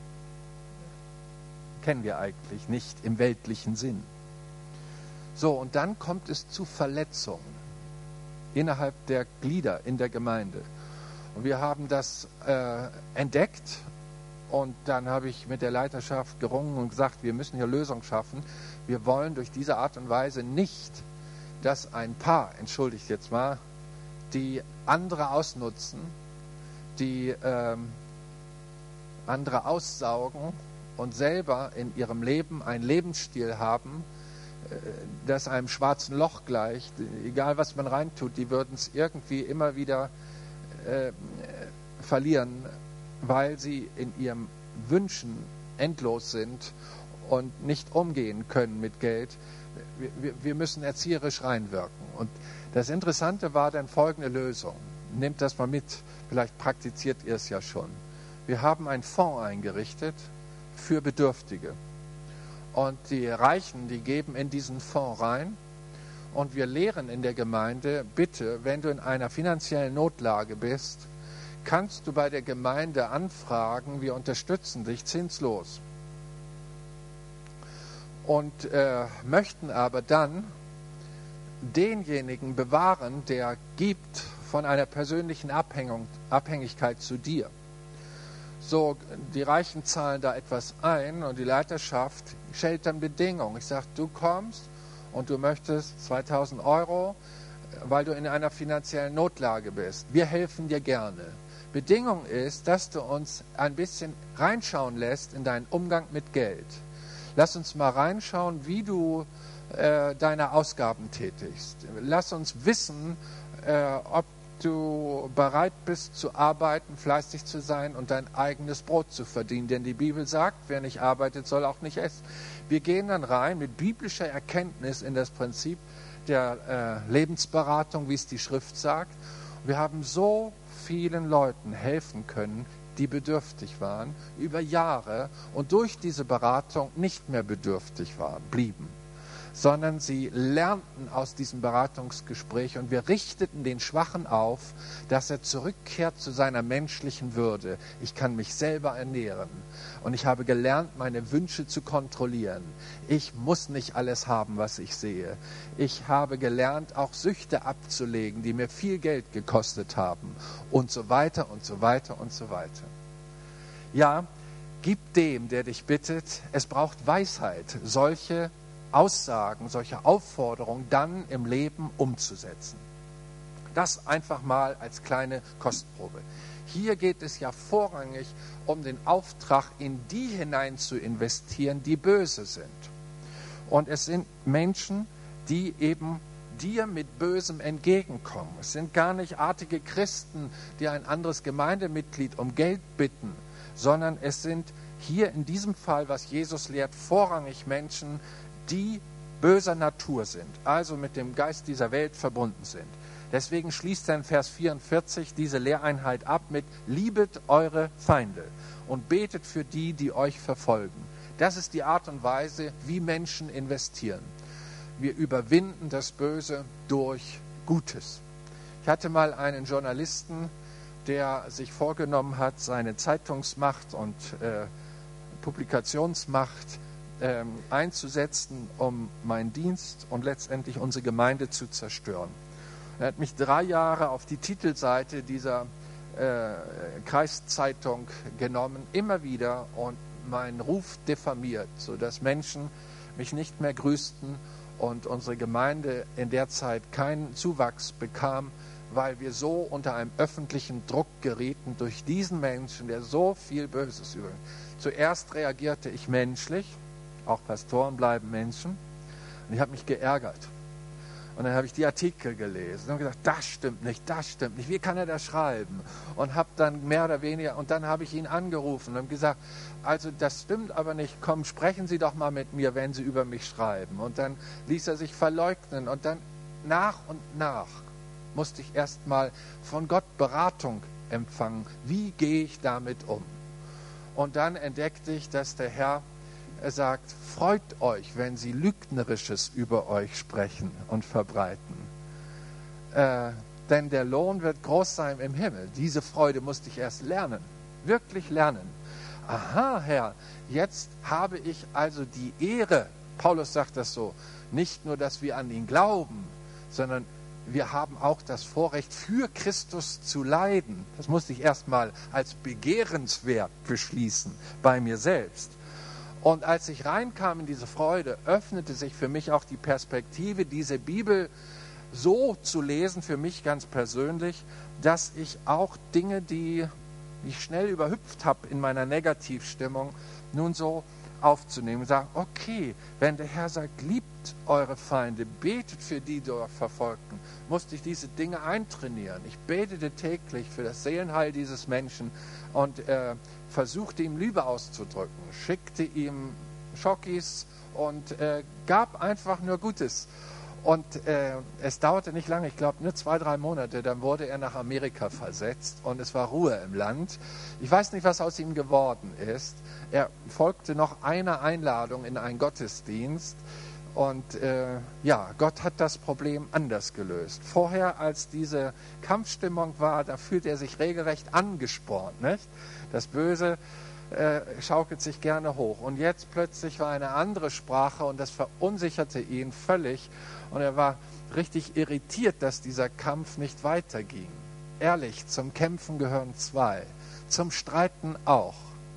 kennen wir eigentlich nicht im weltlichen Sinn. So, und dann kommt es zu Verletzungen innerhalb der Glieder in der Gemeinde. Und wir haben das entdeckt und dann habe ich mit der Leiterschaft gerungen und gesagt, wir müssen hier Lösungen schaffen. Wir wollen durch diese Art und Weise nicht, dass ein Paar, entschuldigt jetzt mal, die andere ausnutzen, die andere aussaugen und selber in ihrem Leben einen Lebensstil haben, das einem schwarzen Loch gleicht. Egal, was man reintut, die würden es irgendwie immer wieder verlieren, weil sie in ihren Wünschen endlos sind und nicht umgehen können mit Geld. Wir müssen erzieherisch reinwirken. Und das Interessante war dann folgende Lösung. Nehmt das mal mit, vielleicht praktiziert ihr es ja schon. Wir haben einen Fonds eingerichtet für Bedürftige. Und die Reichen, die geben in diesen Fonds rein. Und wir lehren in der Gemeinde, bitte, wenn du in einer finanziellen Notlage bist, kannst du bei der Gemeinde anfragen, wir unterstützen dich zinslos. Und möchten aber dann denjenigen bewahren, der gibt von einer persönlichen Abhängigkeit zu dir. So, die Reichen zahlen da etwas ein und die Leiterschaft stellt dann Bedingungen. Ich sage, du kommst und du möchtest 2.000 Euro, weil du in einer finanziellen Notlage bist. Wir helfen dir gerne. Bedingung ist, dass du uns ein bisschen reinschauen lässt in deinen Umgang mit Geld. Lass uns mal reinschauen, wie du deine Ausgaben tätigst. Lass uns wissen, ob du bereit bist zu arbeiten, fleißig zu sein und dein eigenes Brot zu verdienen. Denn die Bibel sagt, wer nicht arbeitet, soll auch nicht essen. Wir gehen dann rein mit biblischer Erkenntnis in das Prinzip der Lebensberatung, wie es die Schrift sagt. Wir haben so vielen Leuten helfen können, die bedürftig waren, über Jahre und durch diese Beratung nicht mehr bedürftig blieben, sondern sie lernten aus diesem Beratungsgespräch und wir richteten den Schwachen auf, dass er zurückkehrt zu seiner menschlichen Würde. Ich kann mich selber ernähren und ich habe gelernt, meine Wünsche zu kontrollieren. Ich muss nicht alles haben, was ich sehe. Ich habe gelernt, auch Süchte abzulegen, die mir viel Geld gekostet haben und so weiter und so weiter und so weiter. Ja, gib dem, der dich bittet. Es braucht Weisheit, solche Aussagen, solche Aufforderungen dann im Leben umzusetzen. Das einfach mal als kleine Kostprobe. Hier geht es ja vorrangig um den Auftrag, in die hinein zu investieren, die böse sind. Und es sind Menschen, die eben dir mit Bösem entgegenkommen. Es sind gar nicht artige Christen, die ein anderes Gemeindemitglied um Geld bitten, sondern es sind hier in diesem Fall, was Jesus lehrt, vorrangig Menschen, die böser Natur sind, also mit dem Geist dieser Welt verbunden sind. Deswegen schließt er in Vers 44 diese Lehreinheit ab mit: Liebet eure Feinde und betet für die, die euch verfolgen. Das ist die Art und Weise, wie Menschen investieren. Wir überwinden das Böse durch Gutes. Ich hatte mal einen Journalisten, der sich vorgenommen hat, seine Zeitungsmacht und Publikationsmacht einzusetzen, um meinen Dienst und letztendlich unsere Gemeinde zu zerstören. Er hat mich 3 Jahre auf die Titelseite dieser Kreiszeitung genommen, immer wieder, und meinen Ruf diffamiert, sodass Menschen mich nicht mehr grüßten und unsere Gemeinde in der Zeit keinen Zuwachs bekam, weil wir so unter einem öffentlichen Druck gerieten durch diesen Menschen, der so viel Böses über. Zuerst reagierte ich menschlich, auch Pastoren bleiben Menschen, und ich habe mich geärgert. Und dann habe ich die Artikel gelesen und gesagt, das stimmt nicht, wie kann er das schreiben? Und habe dann mehr oder weniger, und dann habe ich ihn angerufen und gesagt, also das stimmt aber nicht, komm, sprechen Sie doch mal mit mir, wenn Sie über mich schreiben. Und dann ließ er sich verleugnen, und dann nach und nach musste ich erst mal von Gott Beratung empfangen. Wie gehe ich damit um? Und dann entdeckte ich, dass der Herr sagt, freut euch, wenn sie Lügnerisches über euch sprechen und verbreiten. Denn der Lohn wird groß sein im Himmel. Diese Freude musste ich erst lernen, wirklich lernen. Aha, Herr, jetzt habe ich also die Ehre, Paulus sagt das so, nicht nur, dass wir an ihn glauben, sondern wir haben auch das Vorrecht, für Christus zu leiden. Das musste ich erst mal als begehrenswert beschließen bei mir selbst. Und als ich reinkam in diese Freude, öffnete sich für mich auch die Perspektive, diese Bibel so zu lesen, für mich ganz persönlich, dass ich auch Dinge, die ich schnell überhüpft habe in meiner Negativstimmung, nun so aufzunehmen und sagen, okay, wenn der Herr sagt, liebt eure Feinde, betet für die, die euch verfolgen, musste ich diese Dinge eintrainieren. Ich betete täglich für das Seelenheil dieses Menschen und versuchte ihm Liebe auszudrücken, schickte ihm Schokis und gab einfach nur Gutes. Und es dauerte nicht lange, ich glaube nur 2, 3 Monate, dann wurde er nach Amerika versetzt und es war Ruhe im Land. Ich weiß nicht, was aus ihm geworden ist. Er folgte noch einer Einladung in einen Gottesdienst und Gott hat das Problem anders gelöst. Vorher, als diese Kampfstimmung war, da fühlte er sich regelrecht angespornt, nicht? Das Böse schaukelt sich gerne hoch. Und jetzt plötzlich war eine andere Sprache und das verunsicherte ihn völlig. Und er war richtig irritiert, dass dieser Kampf nicht weiterging. Ehrlich, zum Kämpfen gehören 2, zum Streiten auch.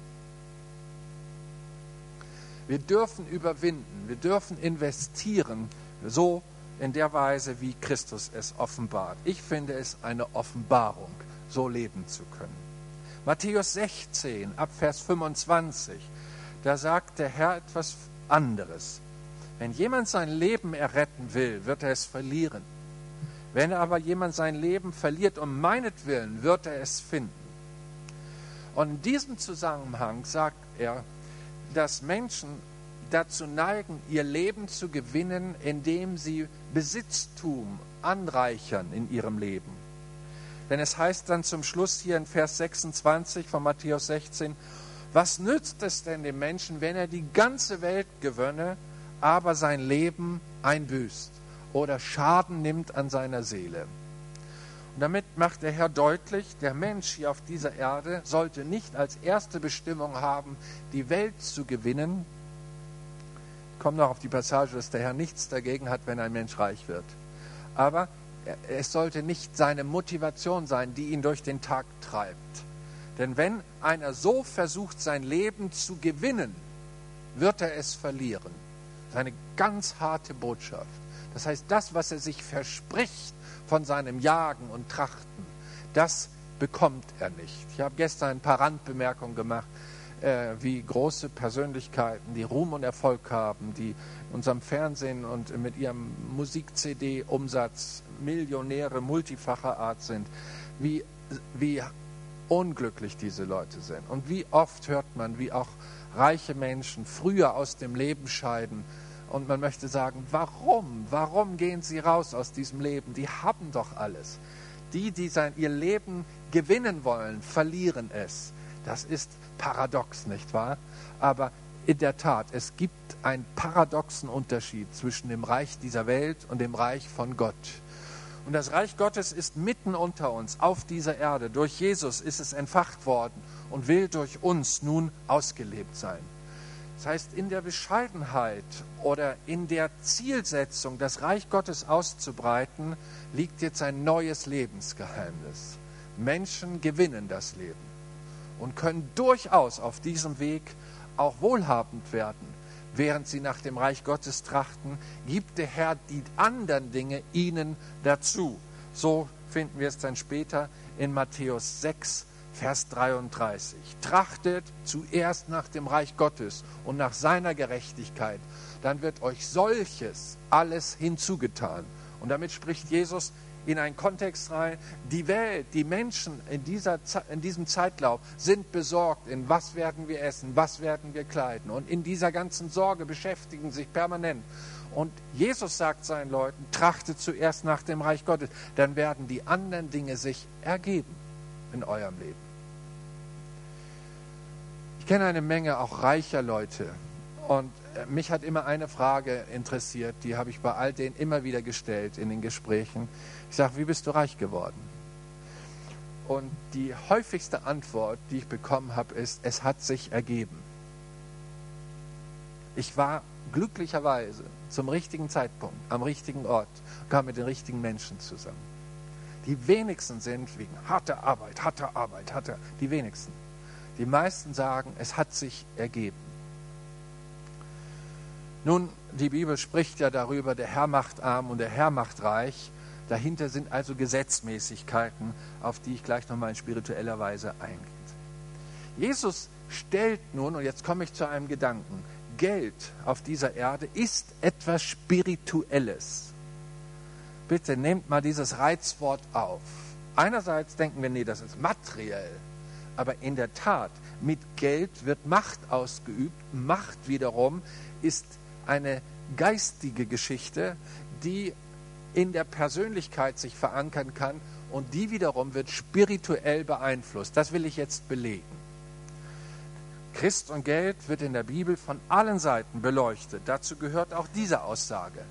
Wir dürfen überwinden, wir dürfen investieren, so in der Weise, wie Christus es offenbart. Ich finde es eine Offenbarung, so leben zu können. Matthäus 16, ab Vers 25, da sagt der Herr etwas anderes. Wenn jemand sein Leben erretten will, wird er es verlieren. Wenn aber jemand sein Leben verliert um meinetwillen, wird er es finden. Und in diesem Zusammenhang sagt er, dass Menschen dazu neigen, ihr Leben zu gewinnen, indem sie Besitztum anreichern in ihrem Leben. Denn es heißt dann zum Schluss hier in Vers 26 von Matthäus 16, was nützt es denn dem Menschen, wenn er die ganze Welt gewönne, aber sein Leben einbüßt oder Schaden nimmt an seiner Seele? Und damit macht der Herr deutlich, der Mensch hier auf dieser Erde sollte nicht als erste Bestimmung haben, die Welt zu gewinnen. Ich komme noch auf die Passage, dass der Herr nichts dagegen hat, wenn ein Mensch reich wird. Aber es sollte nicht seine Motivation sein, die ihn durch den Tag treibt. Denn wenn einer so versucht, sein Leben zu gewinnen, wird er es verlieren. Das ist eine ganz harte Botschaft. Das heißt, das, was er sich verspricht von seinem Jagen und Trachten, das bekommt er nicht. Ich habe gestern ein paar Randbemerkungen gemacht. wie große Persönlichkeiten, die Ruhm und Erfolg haben, die in unserem Fernsehen und mit ihrem Musik-CD-Umsatz Millionäre multifacher Art sind, wie unglücklich diese Leute sind. Und wie oft hört man, wie auch reiche Menschen früher aus dem Leben scheiden. Und man möchte sagen, warum? Warum gehen sie raus aus diesem Leben? Die haben doch alles. Die ihr Leben gewinnen wollen, verlieren es. Das ist paradox, nicht wahr? Aber in der Tat, es gibt einen paradoxen Unterschied zwischen dem Reich dieser Welt und dem Reich von Gott. Und das Reich Gottes ist mitten unter uns, auf dieser Erde. Durch Jesus ist es entfacht worden und will durch uns nun ausgelebt sein. Das heißt, in der Bescheidenheit oder in der Zielsetzung, das Reich Gottes auszubreiten, liegt jetzt ein neues Lebensgeheimnis. Menschen gewinnen das Leben und können durchaus auf diesem Weg auch wohlhabend werden. Während sie nach dem Reich Gottes trachten, gibt der Herr die anderen Dinge ihnen dazu. So finden wir es dann später in Matthäus 6, Vers 33. Trachtet zuerst nach dem Reich Gottes und nach seiner Gerechtigkeit, dann wird euch solches alles hinzugetan. Und damit spricht Jesus in einen Kontext rein. Die Welt, die Menschen in diesem Zeitlauf sind besorgt, in was werden wir essen, was werden wir kleiden. Und in dieser ganzen Sorge beschäftigen sich permanent. Und Jesus sagt seinen Leuten, trachtet zuerst nach dem Reich Gottes, dann werden die anderen Dinge sich ergeben in eurem Leben. Ich kenne eine Menge auch reicher Leute. Und mich hat immer eine Frage interessiert, die habe ich bei all denen immer wieder gestellt in den Gesprächen. Ich sage, wie bist du reich geworden? Und die häufigste Antwort, die ich bekommen habe, ist, es hat sich ergeben. Ich war glücklicherweise zum richtigen Zeitpunkt, am richtigen Ort, kam mit den richtigen Menschen zusammen. Die wenigsten sind wegen harter Arbeit, die wenigsten. Die meisten sagen, es hat sich ergeben. Nun, die Bibel spricht ja darüber, der Herr macht arm und der Herr macht reich. Dahinter sind also Gesetzmäßigkeiten, auf die ich gleich nochmal in spiritueller Weise eingehe. Jesus stellt nun, und jetzt komme ich zu einem Gedanken, Geld auf dieser Erde ist etwas Spirituelles. Bitte nehmt mal dieses Reizwort auf. Einerseits denken wir, nee, das ist materiell. Aber in der Tat, mit Geld wird Macht ausgeübt. Macht wiederum ist eine geistige Geschichte, die in der Persönlichkeit sich verankern kann und die wiederum wird spirituell beeinflusst. Das will ich jetzt belegen. Christ und Geld wird in der Bibel von allen Seiten beleuchtet. Dazu gehört auch diese Aussage.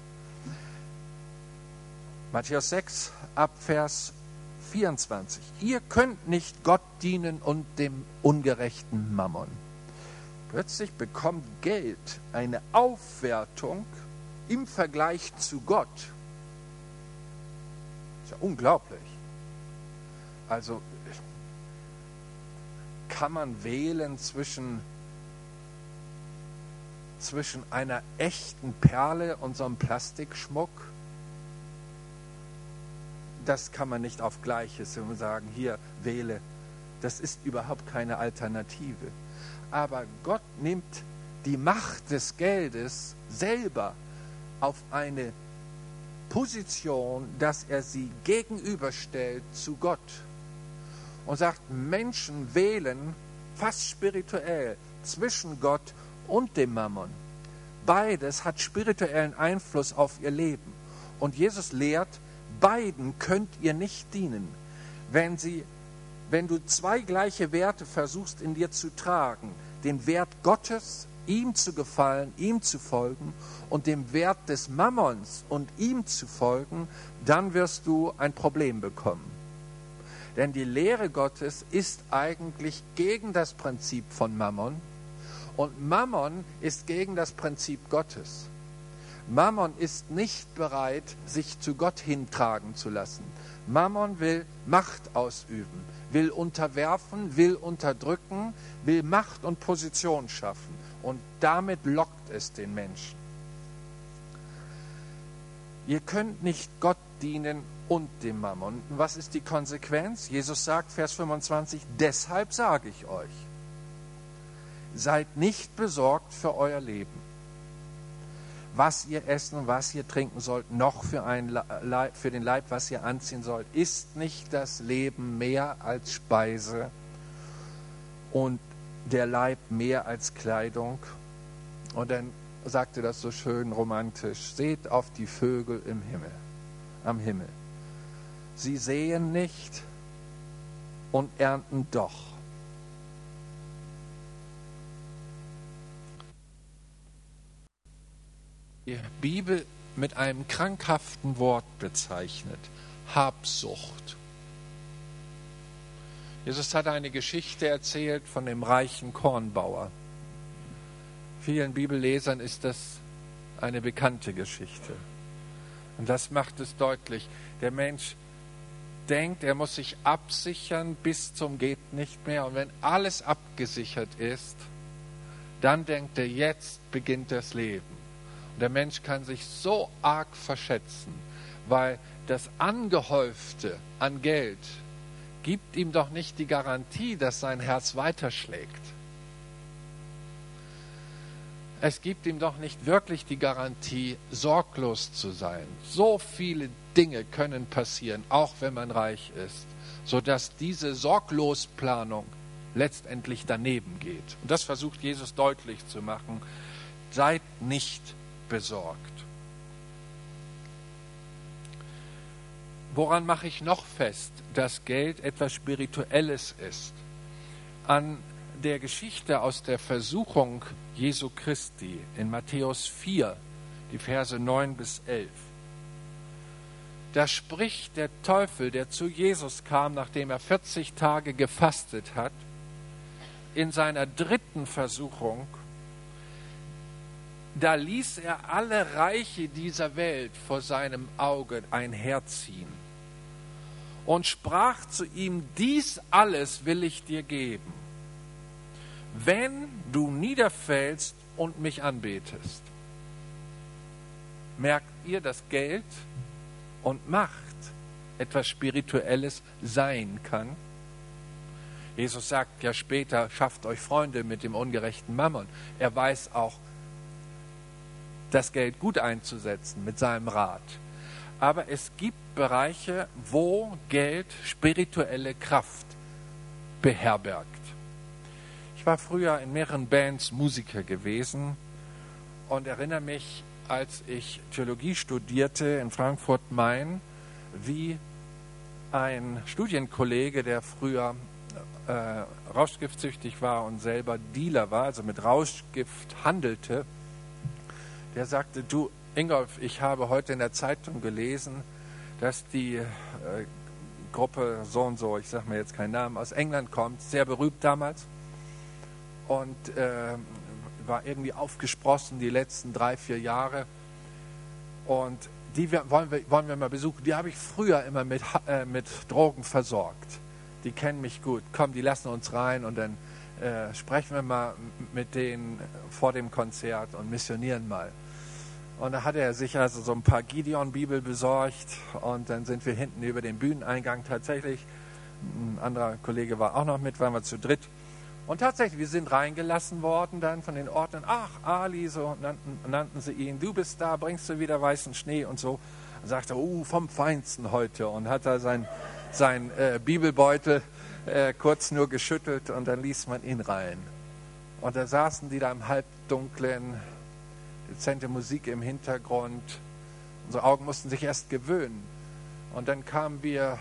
Matthäus 6, ab Vers 24. Ihr könnt nicht Gott dienen und dem ungerechten Mammon. Plötzlich bekommt Geld eine Aufwertung im Vergleich zu Gott. Das ist ja unglaublich. Also kann man wählen zwischen einer echten Perle und so einem Plastikschmuck? Das kann man nicht auf Gleiches sagen, hier wähle. Das ist überhaupt keine Alternative. Aber Gott nimmt die Macht des Geldes selber auf eine Position, dass er sie gegenüberstellt zu Gott. Und sagt, Menschen wählen fast spirituell zwischen Gott und dem Mammon. Beides hat spirituellen Einfluss auf ihr Leben. Und Jesus lehrt, beiden könnt ihr nicht dienen. Wenn du zwei gleiche Werte versuchst in dir zu tragen, den Wert Gottes, ihm zu gefallen, ihm zu folgen, und dem Wert des Mammons und ihm zu folgen, dann wirst du ein Problem bekommen. Denn die Lehre Gottes ist eigentlich gegen das Prinzip von Mammon und Mammon ist gegen das Prinzip Gottes. Mammon ist nicht bereit, sich zu Gott hintragen zu lassen. Mammon will Macht ausüben, will unterwerfen, will unterdrücken, will Macht und Position schaffen. Und damit lockt es den Menschen. Ihr könnt nicht Gott dienen und dem Mammon. Was ist die Konsequenz? Jesus sagt, Vers 25, deshalb sage ich euch. Seid nicht besorgt für euer Leben, was ihr essen und was ihr trinken sollt, noch für den Leib, was ihr anziehen sollt. Ist nicht das Leben mehr als Speise und der Leib mehr als Kleidung? Und dann sagte das so schön romantisch: Seht auf die Vögel am Himmel. Sie säen nicht und ernten doch. Die Bibel mit einem krankhaften Wort bezeichnet: Habsucht. Jesus hat eine Geschichte erzählt von dem reichen Kornbauer. Vielen Bibellesern ist das eine bekannte Geschichte. Und das macht es deutlich. Der Mensch denkt, er muss sich absichern bis zum geht nicht mehr. Und wenn alles abgesichert ist, dann denkt er, jetzt beginnt das Leben. Und der Mensch kann sich so arg verschätzen, weil das Angehäufte an Geld gibt ihm doch nicht die Garantie, dass sein Herz weiterschlägt. Es gibt ihm doch nicht wirklich die Garantie, sorglos zu sein. So viele Dinge können passieren, auch wenn man reich ist, sodass diese Sorglosplanung letztendlich daneben geht. Und das versucht Jesus deutlich zu machen. Seid nicht besorgt. Woran mache ich noch fest, dass Geld etwas Spirituelles ist? An der Geschichte aus der Versuchung Jesu Christi in Matthäus 4, die Verse 9 bis 11. Da spricht der Teufel, der zu Jesus kam, nachdem er 40 Tage gefastet hat, in seiner dritten Versuchung: Da ließ er alle Reiche dieser Welt vor seinem Auge einherziehen und sprach zu ihm: Dies alles will ich dir geben, wenn du niederfällst und mich anbetest. Merkt ihr, dass Geld und Macht etwas Spirituelles sein kann? Jesus sagt ja später: Schafft euch Freunde mit dem ungerechten Mammon. Er weiß auch, das Geld gut einzusetzen mit seinem Rat. Aber es gibt Bereiche, wo Geld spirituelle Kraft beherbergt. Ich war früher in mehreren Bands Musiker gewesen und erinnere mich, als ich Theologie studierte in Frankfurt-Main, wie ein Studienkollege, der früher rauschgiftsüchtig war und selber Dealer war, also mit Rauschgift handelte, der sagte: Du Ingolf, ich habe heute in der Zeitung gelesen, dass die Gruppe so und so, ich sage mir jetzt keinen Namen, aus England kommt, sehr berühmt damals und war irgendwie aufgesprossen die letzten 3-4 Jahre, und die wollen wir mal besuchen. Die habe ich früher immer mit Drogen versorgt. Die kennen mich gut. Komm, die lassen uns rein und dann sprechen wir mal mit denen vor dem Konzert und missionieren mal. Und da hat er sich also so ein paar Gideon-Bibel besorgt und dann sind wir hinten über den Bühneneingang tatsächlich. Ein anderer Kollege war auch noch mit, waren wir zu dritt. Und tatsächlich, wir sind reingelassen worden dann von den Ordnern. Ach, Ali, so nannten sie ihn. Du bist da, bringst du wieder weißen Schnee und so. Und sagte, vom Feinsten heute. Und hat da sein Bibelbeutel kurz nur geschüttelt und dann ließ man ihn rein. Und da saßen die da im Halbdunklen, dezente Musik im Hintergrund. Unsere Augen mussten sich erst gewöhnen. Und dann kamen wir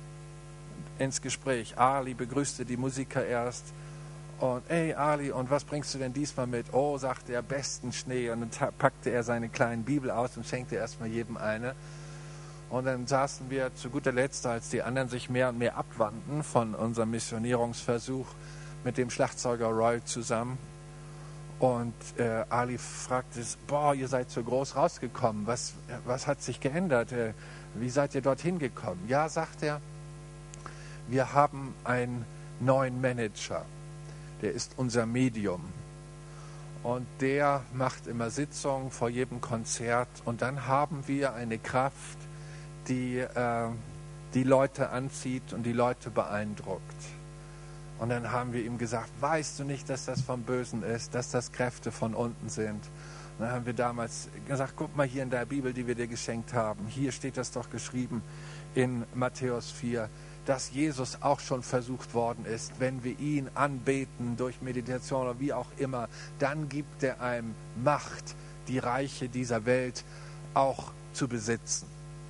ins Gespräch. Ali begrüßte die Musiker erst. Und, ey Ali, und was bringst du denn diesmal mit? Oh, sagte er, besten Schnee. Und dann packte er seine kleinen Bibel aus und schenkte erstmal jedem eine. Und dann saßen wir zu guter Letzt, als die anderen sich mehr und mehr abwandten von unserem Missionierungsversuch, mit dem Schlagzeuger Roy zusammen. Und Ali fragte, ihr seid so groß rausgekommen. Was hat sich geändert? Wie seid ihr dorthin gekommen? Ja, sagt er, wir haben einen neuen Manager. Der ist unser Medium. Und der macht immer Sitzungen vor jedem Konzert. Und dann haben wir eine Kraft, die die Leute anzieht und die Leute beeindruckt. Und dann haben wir ihm gesagt, weißt du nicht, dass das vom Bösen ist, dass das Kräfte von unten sind? Und dann haben wir damals gesagt, guck mal hier in der Bibel, die wir dir geschenkt haben. Hier steht das doch geschrieben in Matthäus 4, dass Jesus auch schon versucht worden ist. Wenn wir ihn anbeten durch Meditation oder wie auch immer, dann gibt er einem Macht, die Reiche dieser Welt auch zu besitzen.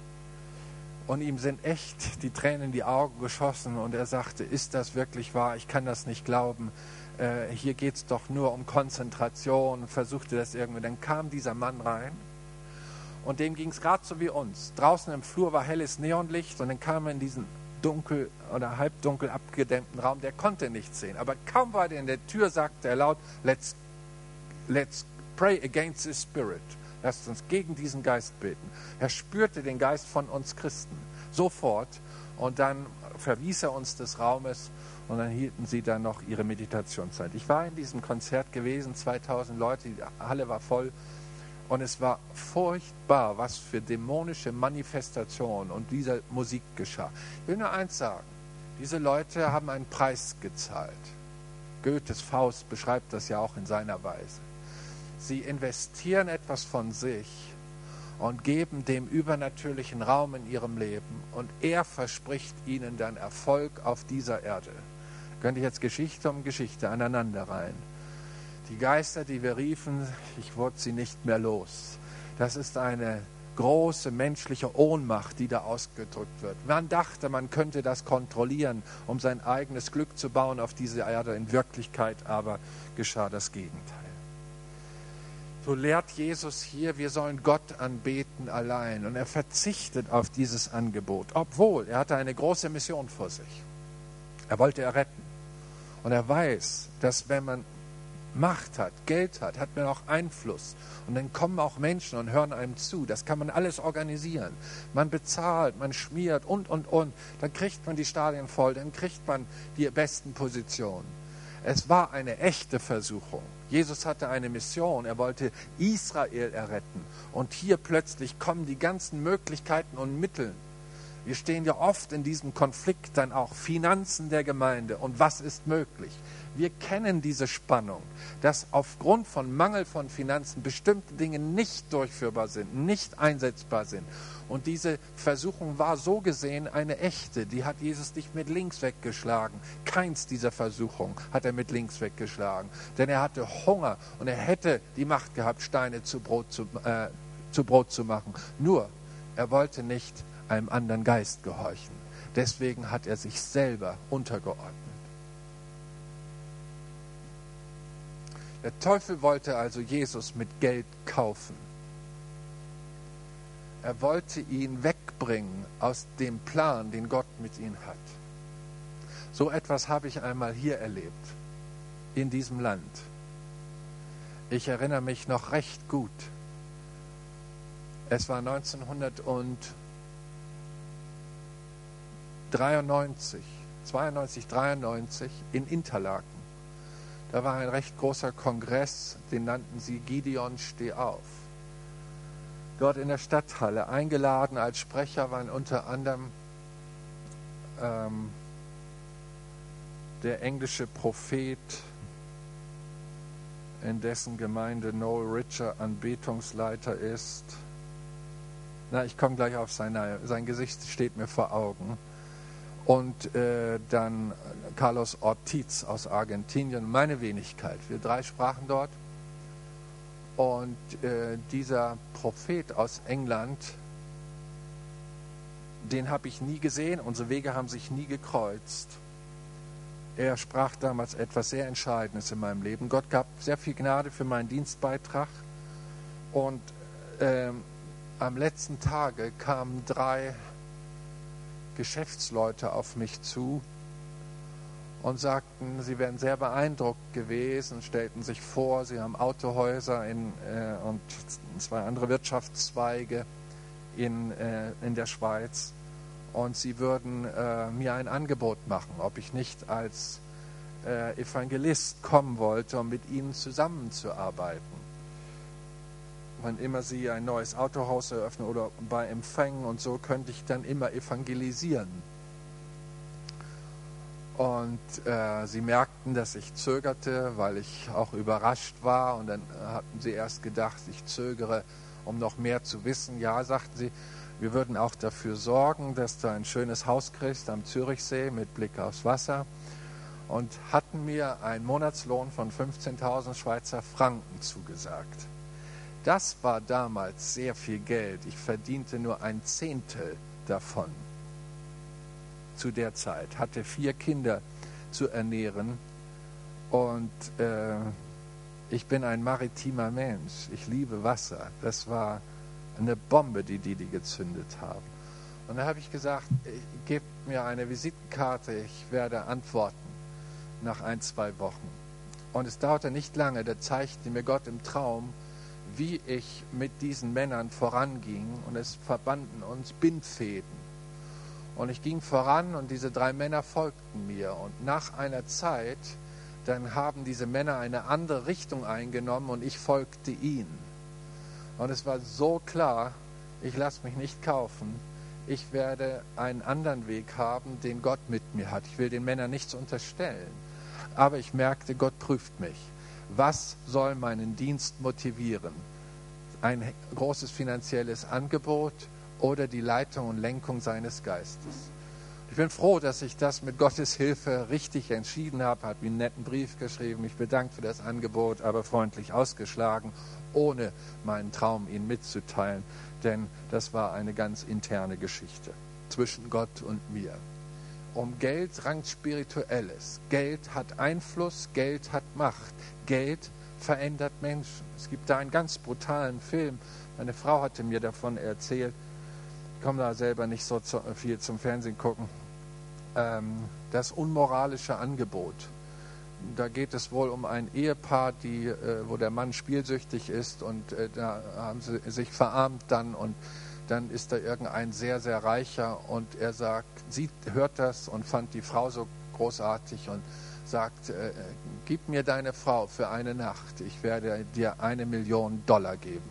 Und ihm sind echt die Tränen in die Augen geschossen und er sagte, ist das wirklich wahr? Ich kann das nicht glauben. Hier geht es doch nur um Konzentration. Versuchte das irgendwie. Dann kam dieser Mann rein und dem ging es gerade so wie uns. Draußen im Flur war helles Neonlicht und dann kam er in diesen dunkel oder halbdunkel abgedämmten Raum. Der konnte nichts sehen. Aber kaum war er in der Tür, sagte er laut, let's pray against the spirit. Lasst uns gegen diesen Geist beten. Er spürte den Geist von uns Christen sofort und dann verwies er uns des Raumes und dann hielten sie dann noch ihre Meditationszeit. Ich war in diesem Konzert gewesen, 2000 Leute, die Halle war voll und es war furchtbar, was für dämonische Manifestationen und dieser Musik geschah. Ich will nur eins sagen, diese Leute haben einen Preis gezahlt. Goethes Faust beschreibt das ja auch in seiner Weise. Sie investieren etwas von sich und geben dem übernatürlichen Raum in ihrem Leben und er verspricht ihnen dann Erfolg auf dieser Erde. Könnte ich jetzt Geschichte um Geschichte aneinanderreihen. Die Geister, die wir riefen, ich wurde sie nicht mehr los. Das ist eine große menschliche Ohnmacht, die da ausgedrückt wird. Man dachte, man könnte das kontrollieren, um sein eigenes Glück zu bauen auf dieser Erde. In Wirklichkeit aber geschah das Gegenteil. So lehrt Jesus hier, wir sollen Gott anbeten allein. Und er verzichtet auf dieses Angebot, obwohl er hatte eine große Mission vor sich. Er wollte erretten. Und er weiß, dass wenn man Macht hat, Geld hat, hat man auch Einfluss. Und dann kommen auch Menschen und hören einem zu. Das kann man alles organisieren. Man bezahlt, man schmiert und. Dann kriegt man die Stadien voll, dann kriegt man die besten Positionen. Es war eine echte Versuchung. Jesus hatte eine Mission, er wollte Israel erretten. Und hier plötzlich kommen die ganzen Möglichkeiten und Mittel. Wir stehen ja oft in diesem Konflikt dann auch Finanzen der Gemeinde und was ist möglich. Wir kennen diese Spannung, dass aufgrund von Mangel von Finanzen bestimmte Dinge nicht durchführbar sind, nicht einsetzbar sind. Und diese Versuchung war so gesehen eine echte, die hat Jesus nicht mit links weggeschlagen. Keins dieser Versuchungen hat er mit links weggeschlagen. Denn er hatte Hunger und er hätte die Macht gehabt, Steine zu Brot zu machen. Nur, er wollte nicht einem anderen Geist gehorchen. Deswegen hat er sich selber untergeordnet. Der Teufel wollte also Jesus mit Geld kaufen. Er wollte ihn wegbringen aus dem Plan, den Gott mit ihm hat. So etwas habe ich einmal hier erlebt, in diesem Land. Ich erinnere mich noch recht gut. Es war 1992 in Interlaken. Da war ein recht großer Kongress, den nannten sie Gideon Steh auf. Dort in der Stadthalle, eingeladen als Sprecher waren unter anderem der englische Prophet, in dessen Gemeinde Noel Richer Anbetungsleiter ist. Ich komme gleich auf sein Gesicht steht mir vor Augen. Und dann Carlos Ortiz aus Argentinien, meine Wenigkeit. Wir 3 sprachen dort. Und dieser Prophet aus England, den habe ich nie gesehen. Unsere Wege haben sich nie gekreuzt. Er sprach damals etwas sehr Entscheidendes in meinem Leben. Gott gab sehr viel Gnade für meinen Dienstbeitrag. Und am letzten Tage kamen 3 Geschäftsleute auf mich zu und sagten, sie wären sehr beeindruckt gewesen, stellten sich vor, sie haben Autohäuser und 2 andere Wirtschaftszweige in der Schweiz und sie würden mir ein Angebot machen, ob ich nicht als Evangelist kommen wollte, um mit ihnen zusammenzuarbeiten. Wann immer sie ein neues Autohaus eröffnen oder bei Empfängen und so, könnte ich dann immer evangelisieren. Und sie merkten, dass ich zögerte, weil ich auch überrascht war. Und dann hatten sie erst gedacht, ich zögere, um noch mehr zu wissen. Ja, sagten sie, wir würden auch dafür sorgen, dass du ein schönes Haus kriegst am Zürichsee mit Blick aufs Wasser. Und hatten mir einen Monatslohn von 15.000 Schweizer Franken zugesagt. Das war damals sehr viel Geld. Ich verdiente nur ein Zehntel davon. Zu der Zeit, hatte 4 Kinder zu ernähren und ich bin ein maritimer Mensch. Ich liebe Wasser. Das war eine Bombe, die gezündet haben. Und da habe ich gesagt, gebt mir eine Visitenkarte, ich werde antworten nach 1-2 Wochen. Und es dauerte nicht lange, da zeigte mir Gott im Traum, wie ich mit diesen Männern voranging und es verbanden uns Bindfäden. Und ich ging voran und diese 3 Männer folgten mir. Und nach einer Zeit, dann haben diese Männer eine andere Richtung eingenommen und ich folgte ihnen. Und es war so klar, ich lasse mich nicht kaufen. Ich werde einen anderen Weg haben, den Gott mit mir hat. Ich will den Männern nichts unterstellen. Aber ich merkte, Gott prüft mich. Was soll meinen Dienst motivieren? Ein großes finanzielles Angebot oder die Leitung und Lenkung seines Geistes. Ich bin froh, dass ich das mit Gottes Hilfe richtig entschieden habe, habe ihm einen netten Brief geschrieben, mich bedankt für das Angebot, aber freundlich ausgeschlagen, ohne meinen Traum ihnen mitzuteilen, denn das war eine ganz interne Geschichte zwischen Gott und mir. Um Geld rankt Spirituelles. Geld hat Einfluss, Geld hat Macht. Geld verändert Menschen. Es gibt da einen ganz brutalen Film, meine Frau hatte mir davon erzählt, ich komme da selber nicht so viel zum Fernsehen gucken, das unmoralische Angebot. Da geht es wohl um ein Ehepaar, wo der Mann spielsüchtig ist und da haben sie sich verarmt dann und dann ist da irgendein sehr, sehr Reicher und er sagt, sie hört das und fand die Frau so großartig und sagt, gib mir deine Frau für eine Nacht, ich werde dir $1 Million geben.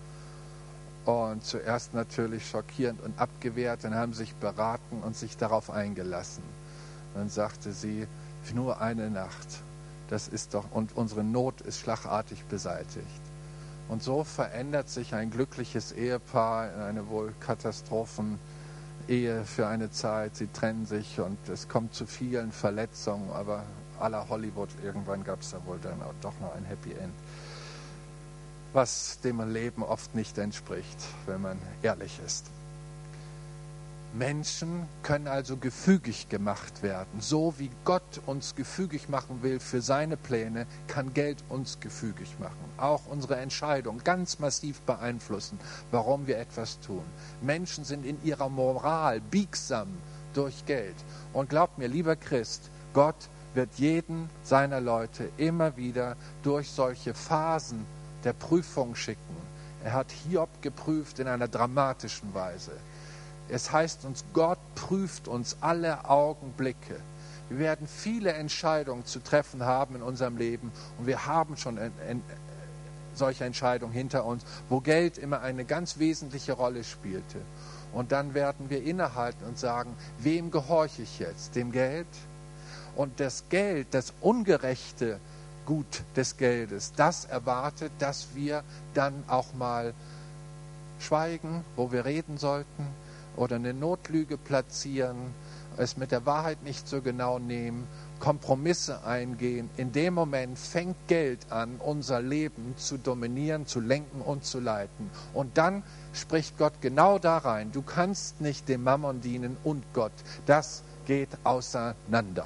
Und zuerst natürlich schockierend und abgewehrt, dann haben sie sich beraten und sich darauf eingelassen. Dann sagte sie, nur eine Nacht, das ist doch, und unsere Not ist schlagartig beseitigt. Und so verändert sich ein glückliches Ehepaar in eine wohl Katastrophen-Ehe für eine Zeit. Sie trennen sich und es kommt zu vielen Verletzungen, aber à la Hollywood, irgendwann gab es da wohl dann auch doch noch ein Happy End, was dem Leben oft nicht entspricht, wenn man ehrlich ist. Menschen können also gefügig gemacht werden. So wie Gott uns gefügig machen will für seine Pläne, kann Geld uns gefügig machen. Auch unsere Entscheidung ganz massiv beeinflussen, warum wir etwas tun. Menschen sind in ihrer Moral biegsam durch Geld. Und glaubt mir, lieber Christ, Gott wird jeden seiner Leute immer wieder durch solche Phasen der Prüfung schicken. Er hat Hiob geprüft in einer dramatischen Weise. Es heißt uns, Gott prüft uns alle Augenblicke. Wir werden viele Entscheidungen zu treffen haben in unserem Leben und wir haben schon solche Entscheidungen hinter uns, wo Geld immer eine ganz wesentliche Rolle spielte. Und dann werden wir innehalten und sagen, wem gehorche ich jetzt? Dem Geld? Und das Geld, das ungerechte Gut des Geldes, das erwartet, dass wir dann auch mal schweigen, wo wir reden sollten, oder eine Notlüge platzieren, es mit der Wahrheit nicht so genau nehmen, Kompromisse eingehen. In dem Moment fängt Geld an, unser Leben zu dominieren, zu lenken und zu leiten. Und dann spricht Gott genau da rein. Du kannst nicht dem Mammon dienen und Gott. Das geht auseinander.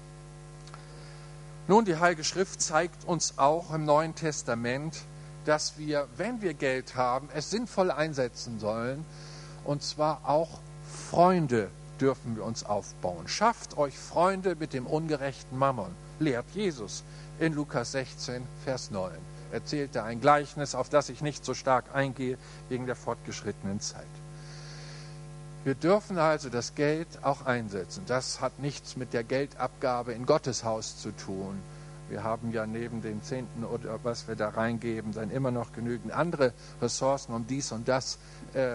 Nun, die Heilige Schrift zeigt uns auch im Neuen Testament, dass wir, wenn wir Geld haben, es sinnvoll einsetzen sollen. Und zwar auch Freunde dürfen wir uns aufbauen. Schafft euch Freunde mit dem ungerechten Mammon, lehrt Jesus in Lukas 16, Vers 9. Erzählte ein Gleichnis, auf das ich nicht so stark eingehe, wegen der fortgeschrittenen Zeit. Wir dürfen also das Geld auch einsetzen. Das hat nichts mit der Geldabgabe in Gottes Haus zu tun. Wir haben ja neben den Zehnten oder was wir da reingeben, dann immer noch genügend andere Ressourcen, um dies und das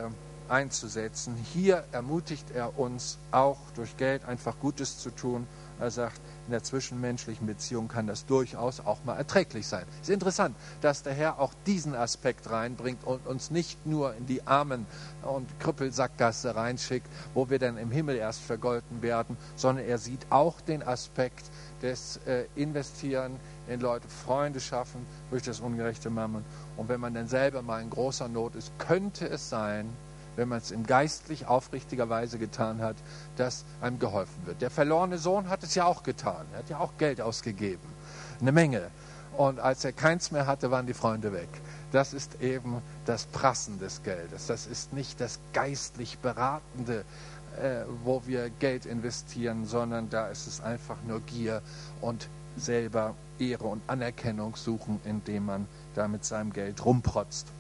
einzusetzen. Hier ermutigt er uns auch durch Geld einfach Gutes zu tun Er sagt, in der zwischenmenschlichen Beziehung kann das durchaus auch mal erträglich sein. Es ist interessant, dass der Herr auch diesen Aspekt reinbringt und uns nicht nur in die Armen- und Krüppelsackgasse reinschickt, wo wir dann im Himmel erst vergolten werden, sondern er sieht auch den Aspekt des Investieren in Leute, Freunde schaffen durch das ungerechte Mammon. Und wenn man dann selber mal in großer Not ist, könnte es sein, wenn man es in geistlich aufrichtiger Weise getan hat, dass einem geholfen wird. Der verlorene Sohn hat es ja auch getan. Er hat ja auch Geld ausgegeben. Eine Menge. Und als er keins mehr hatte, waren die Freunde weg. Das ist eben das Prassen des Geldes. Das ist nicht das geistlich Beratende, wo wir Geld investieren, sondern da ist es einfach nur Gier und selber Ehre und Anerkennung suchen, indem man da mit seinem Geld rumprotzt.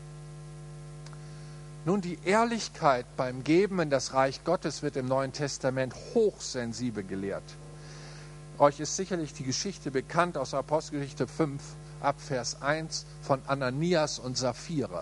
Nun, die Ehrlichkeit beim Geben in das Reich Gottes wird im Neuen Testament hochsensibel gelehrt. Euch ist sicherlich die Geschichte bekannt aus Apostelgeschichte 5, ab Vers 1 von Ananias und Sapphira.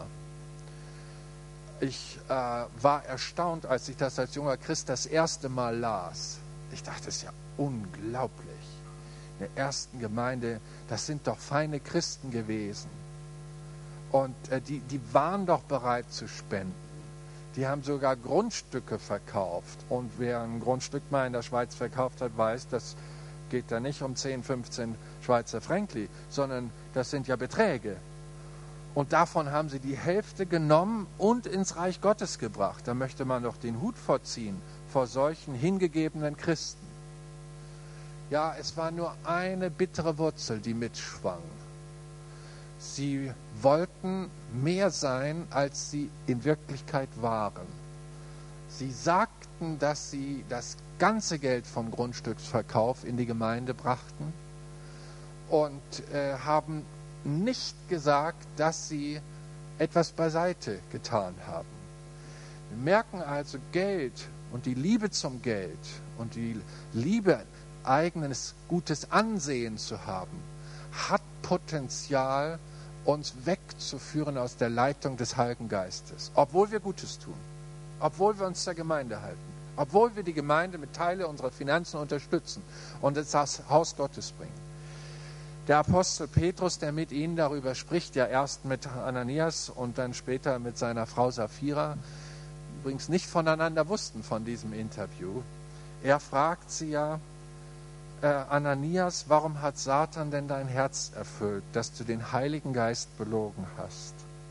Ich war erstaunt, als ich das als junger Christ das erste Mal las. Ich dachte, das ist ja unglaublich. In der ersten Gemeinde, das sind doch feine Christen gewesen. Und die waren doch bereit zu spenden. Die haben sogar Grundstücke verkauft. Und wer ein Grundstück mal in der Schweiz verkauft hat, weiß, das geht da nicht um 10, 15 Schweizer Frankli, sondern das sind ja Beträge. Und davon haben sie die Hälfte genommen und ins Reich Gottes gebracht. Da möchte man doch den Hut vorziehen vor solchen hingegebenen Christen. Ja, es war nur eine bittere Wurzel, die mitschwang. Sie wollten mehr sein, als sie in Wirklichkeit waren. Sie sagten, dass sie das ganze Geld vom Grundstücksverkauf in die Gemeinde brachten und haben nicht gesagt, dass sie etwas beiseite getan haben. Wir merken also, Geld und die Liebe zum Geld und die Liebe, eigenes gutes Ansehen zu haben, hat Potenzial, uns wegzuführen aus der Leitung des Heiligen Geistes. Obwohl wir Gutes tun, obwohl wir uns der Gemeinde halten, obwohl wir die Gemeinde mit Teile unserer Finanzen unterstützen und ins Haus Gottes bringen. Der Apostel Petrus, der mit ihnen darüber spricht, ja erst mit Ananias und dann später mit seiner Frau Sapphira, übrigens nicht voneinander wussten von diesem Interview, er fragt sie ja, Ananias, warum hat Satan denn dein Herz erfüllt, dass du den Heiligen Geist belogen hast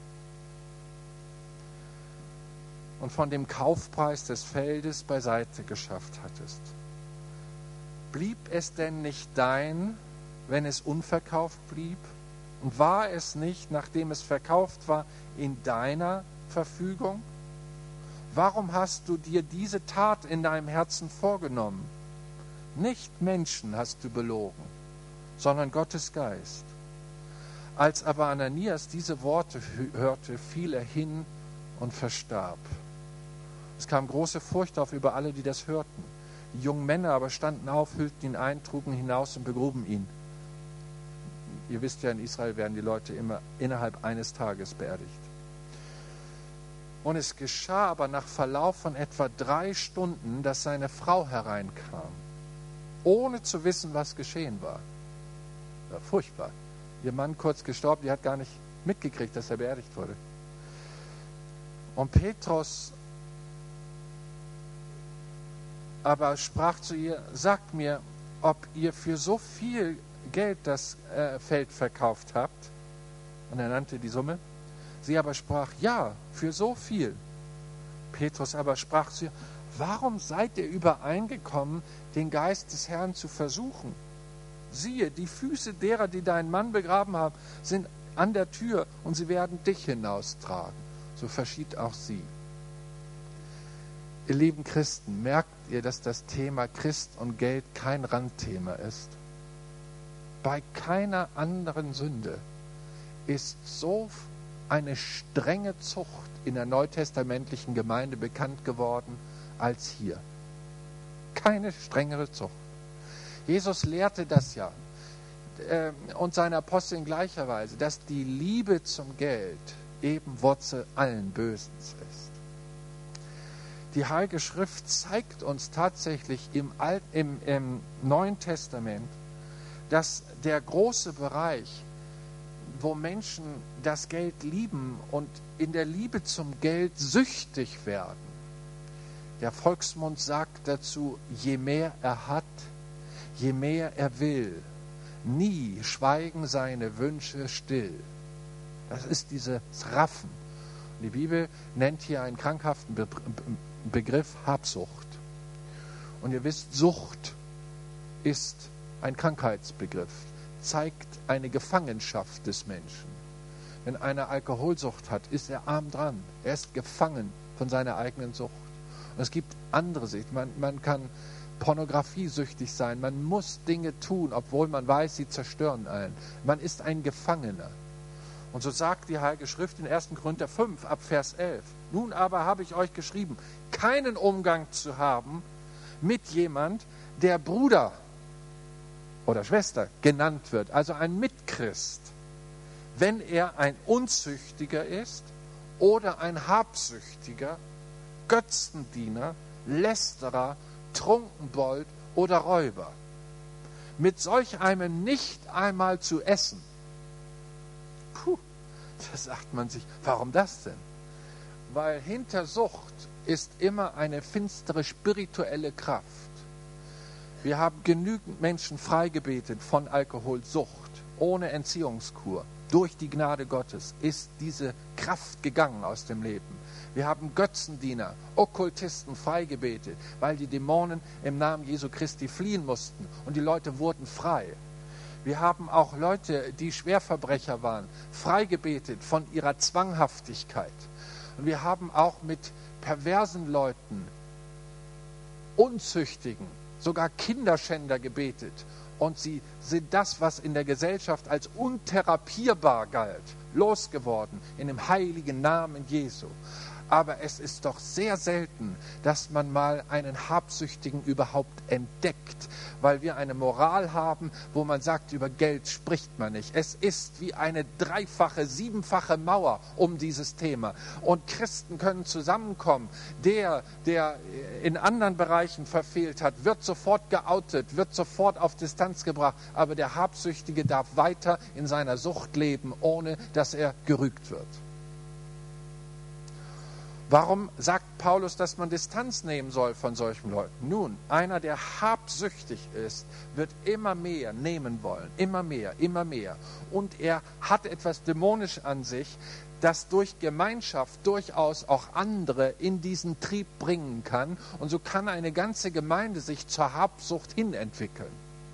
und von dem Kaufpreis des Feldes beiseite geschafft hattest? Blieb es denn nicht dein, wenn es unverkauft blieb? Und war es nicht, nachdem es verkauft war, in deiner Verfügung? Warum hast du dir diese Tat in deinem Herzen vorgenommen? Nicht Menschen hast du belogen, sondern Gottes Geist. Als aber Ananias diese Worte hörte, fiel er hin und verstarb. Es kam große Furcht auf über alle, die das hörten. Die jungen Männer aber standen auf, hüllten ihn ein, trugen ihn hinaus und begruben ihn. Ihr wisst ja, in Israel werden die Leute immer innerhalb eines Tages beerdigt. Und es geschah aber nach Verlauf von etwa 3 Stunden, dass seine Frau hereinkam, ohne zu wissen, was geschehen war. War furchtbar. Ihr Mann kurz gestorben, die hat gar nicht mitgekriegt, dass er beerdigt wurde. Und Petrus aber sprach zu ihr, sagt mir, ob ihr für so viel Geld das Feld verkauft habt. Und er nannte die Summe. Sie aber sprach, ja, für so viel. Petrus aber sprach zu ihr, warum seid ihr übereingekommen, den Geist des Herrn zu versuchen? Siehe, die Füße derer, die deinen Mann begraben haben, sind an der Tür und sie werden dich hinaustragen. So verschied auch sie. Ihr lieben Christen, merkt ihr, dass das Thema Christ und Geld kein Randthema ist? Bei keiner anderen Sünde ist so eine strenge Zucht in der neutestamentlichen Gemeinde bekannt geworden als hier. Keine strengere Zucht. Jesus lehrte das ja und seine Apostel in gleicher Weise, dass die Liebe zum Geld eben Wurzel allen Bösens ist. Die Heilige Schrift zeigt uns tatsächlich im Neuen Testament, dass der große Bereich, wo Menschen das Geld lieben und in der Liebe zum Geld süchtig werden, der Volksmund sagt dazu, je mehr er hat, je mehr er will, nie schweigen seine Wünsche still. Das ist dieses Raffen. Die Bibel nennt hier einen krankhaften Begriff Habsucht. Und ihr wisst, Sucht ist ein Krankheitsbegriff, zeigt eine Gefangenschaft des Menschen. Wenn einer Alkoholsucht hat, ist er arm dran. Er ist gefangen von seiner eigenen Sucht. Und es gibt andere Sicht. Man kann pornografiesüchtig sein. Man muss Dinge tun, obwohl man weiß, sie zerstören einen. Man ist ein Gefangener. Und so sagt die Heilige Schrift in 1. Korinther 5 ab Vers 11. Nun aber habe ich euch geschrieben, keinen Umgang zu haben mit jemand, der Bruder oder Schwester genannt wird, also ein Mitchrist, wenn er ein Unzüchtiger ist oder ein Habsüchtiger, Götzendiener, Lästerer, Trunkenbold oder Räuber. Mit solch einem nicht einmal zu essen. Da sagt man sich, warum das denn? Weil hinter Sucht ist immer eine finstere spirituelle Kraft. Wir haben genügend Menschen freigebetet von Alkoholsucht, ohne Entziehungskur. Durch die Gnade Gottes ist diese Kraft gegangen aus dem Leben. Wir haben Götzendiener, Okkultisten freigebetet, weil die Dämonen im Namen Jesu Christi fliehen mussten und die Leute wurden frei. Wir haben auch Leute, die Schwerverbrecher waren, freigebetet von ihrer Zwanghaftigkeit. Und wir haben auch mit perversen Leuten, Unzüchtigen, sogar Kinderschänder gebetet. Und sie sind das, was in der Gesellschaft als untherapierbar galt, losgeworden in dem heiligen Namen Jesu. Aber es ist doch sehr selten, dass man mal einen Habsüchtigen überhaupt entdeckt, weil wir eine Moral haben, wo man sagt, über Geld spricht man nicht. Es ist wie eine dreifache, siebenfache Mauer um dieses Thema. Und Christen können zusammenkommen. Der in anderen Bereichen verfehlt hat, wird sofort geoutet, wird sofort auf Distanz gebracht. Aber der Habsüchtige darf weiter in seiner Sucht leben, ohne dass er gerügt wird. Warum sagt Paulus, dass man Distanz nehmen soll von solchen Leuten? Nun, einer, der habsüchtig ist, wird immer mehr nehmen wollen. Immer mehr, immer mehr. Und er hat etwas dämonisch an sich, das durch Gemeinschaft durchaus auch andere in diesen Trieb bringen kann. Und so kann eine ganze Gemeinde sich zur Habsucht hin entwickeln.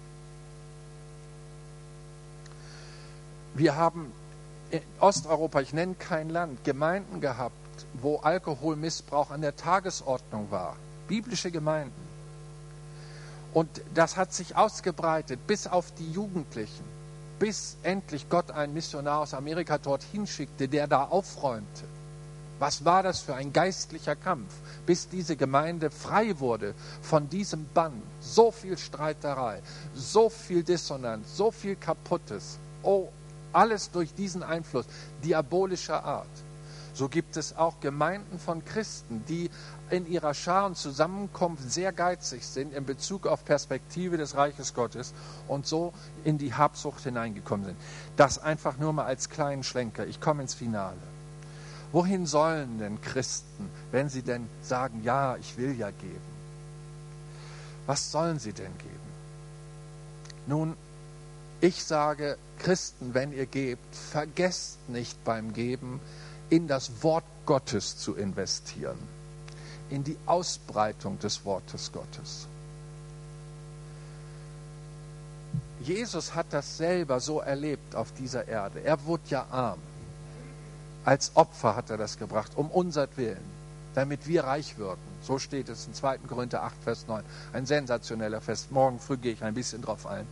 Wir haben in Osteuropa, ich nenne kein Land, Gemeinden gehabt, wo Alkoholmissbrauch an der Tagesordnung war. Biblische Gemeinden. Und das hat sich ausgebreitet bis auf die Jugendlichen, bis endlich Gott einen Missionar aus Amerika dorthin schickte, der da aufräumte. Was war das für ein geistlicher Kampf, bis diese Gemeinde frei wurde von diesem Bann. So viel Streiterei, so viel Dissonanz, so viel Kaputtes. Oh, alles durch diesen Einfluss diabolischer Art. So gibt es auch Gemeinden von Christen, die in ihrer Scharen Zusammenkunft sehr geizig sind in Bezug auf Perspektive des Reiches Gottes und so in die Habsucht hineingekommen sind. Das einfach nur mal als kleinen Schlenker. Ich komme ins Finale. Wohin sollen denn Christen, wenn sie denn sagen, ja, ich will ja geben? Was sollen sie denn geben? Nun, ich sage, Christen, wenn ihr gebt, vergesst nicht beim Geben, in das Wort Gottes zu investieren, in die Ausbreitung des Wortes Gottes. Jesus hat das selber so erlebt auf dieser Erde. Er wurde ja arm. Als Opfer hat er das gebracht, um unsertwillen, damit wir reich würden. So steht es in 2. Korinther 8, Vers 9. Ein sensationeller Vers. Morgen früh gehe ich ein bisschen drauf ein.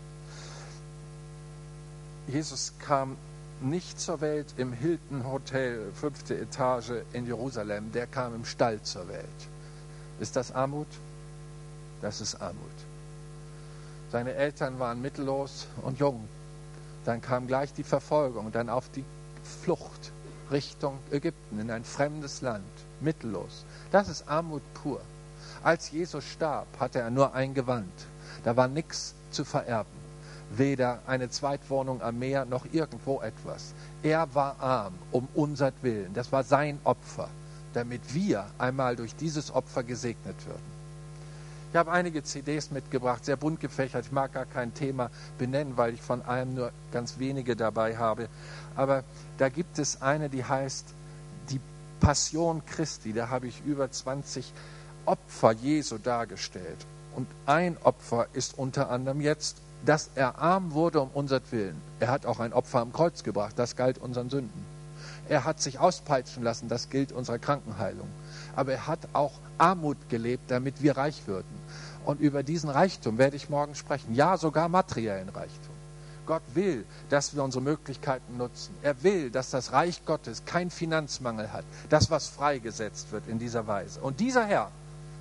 Jesus kam nicht zur Welt im Hilton Hotel, 5. Etage in Jerusalem, der kam im Stall zur Welt. Ist das Armut? Das ist Armut. Seine Eltern waren mittellos und jung. Dann kam gleich die Verfolgung, dann auf die Flucht Richtung Ägypten, in ein fremdes Land. Mittellos. Das ist Armut pur. Als Jesus starb, hatte er nur ein Gewand. Da war nichts zu vererben. Weder eine Zweitwohnung am Meer noch irgendwo etwas. Er war arm um unsertwillen. Das war sein Opfer, damit wir einmal durch dieses Opfer gesegnet würden. Ich habe einige CDs mitgebracht, sehr bunt gefächert. Ich mag gar kein Thema benennen, weil ich von allem nur ganz wenige dabei habe. Aber da gibt es eine, die heißt Die Passion Christi. Da habe ich über 20 Opfer Jesu dargestellt. Und ein Opfer ist unter anderem jetzt, dass er arm wurde um unsertwillen. Er hat auch ein Opfer am Kreuz gebracht, das galt unseren Sünden. Er hat sich auspeitschen lassen, das gilt unserer Krankenheilung. Aber er hat auch Armut gelebt, damit wir reich würden. Und über diesen Reichtum werde ich morgen sprechen. Ja, sogar materiellen Reichtum. Gott will, dass wir unsere Möglichkeiten nutzen. Er will, dass das Reich Gottes keinen Finanzmangel hat. Das, was freigesetzt wird in dieser Weise. Und dieser Herr,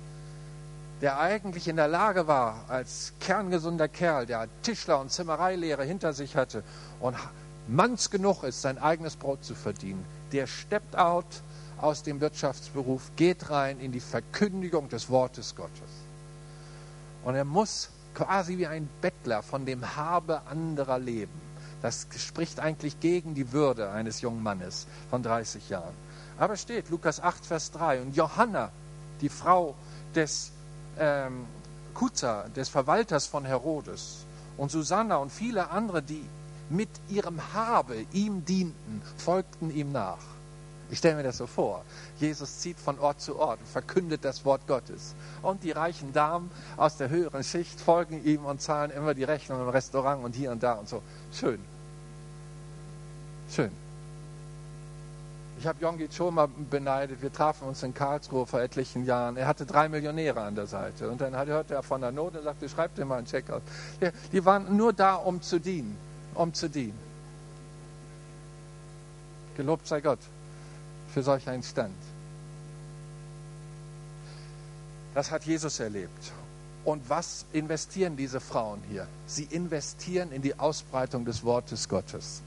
der eigentlich in der Lage war, als kerngesunder Kerl, der Tischler- und Zimmereilehre hinter sich hatte und manns genug ist, sein eigenes Brot zu verdienen, der steppt out aus dem Wirtschaftsberuf, geht rein in die Verkündigung des Wortes Gottes. Und er muss quasi wie ein Bettler von dem Habe anderer leben. Das spricht eigentlich gegen die Würde eines jungen Mannes von 30 Jahren. Aber steht, Lukas 8, Vers 3, und Johanna, die Frau des Kuza, des Verwalters von Herodes, und Susanna und viele andere, die mit ihrem Habe ihm dienten, folgten ihm nach. Ich stelle mir das so vor. Jesus zieht von Ort zu Ort und verkündet das Wort Gottes. Und die reichen Damen aus der höheren Schicht folgen ihm und zahlen immer die Rechnung im Restaurant und hier und da und so. Schön. Schön. Ich habe Yonggi Cho mal beneidet. Wir trafen uns in Karlsruhe vor etlichen Jahren. Er hatte 3 Millionäre an der Seite. Und dann hörte er von der Not und sagte, schreib dir mal einen Check aus. Die waren nur da, um zu dienen. Um zu dienen. Gelobt sei Gott für solch einen Stand. Das hat Jesus erlebt. Und was investieren diese Frauen hier? Sie investieren in die Ausbreitung des Wortes Gottes.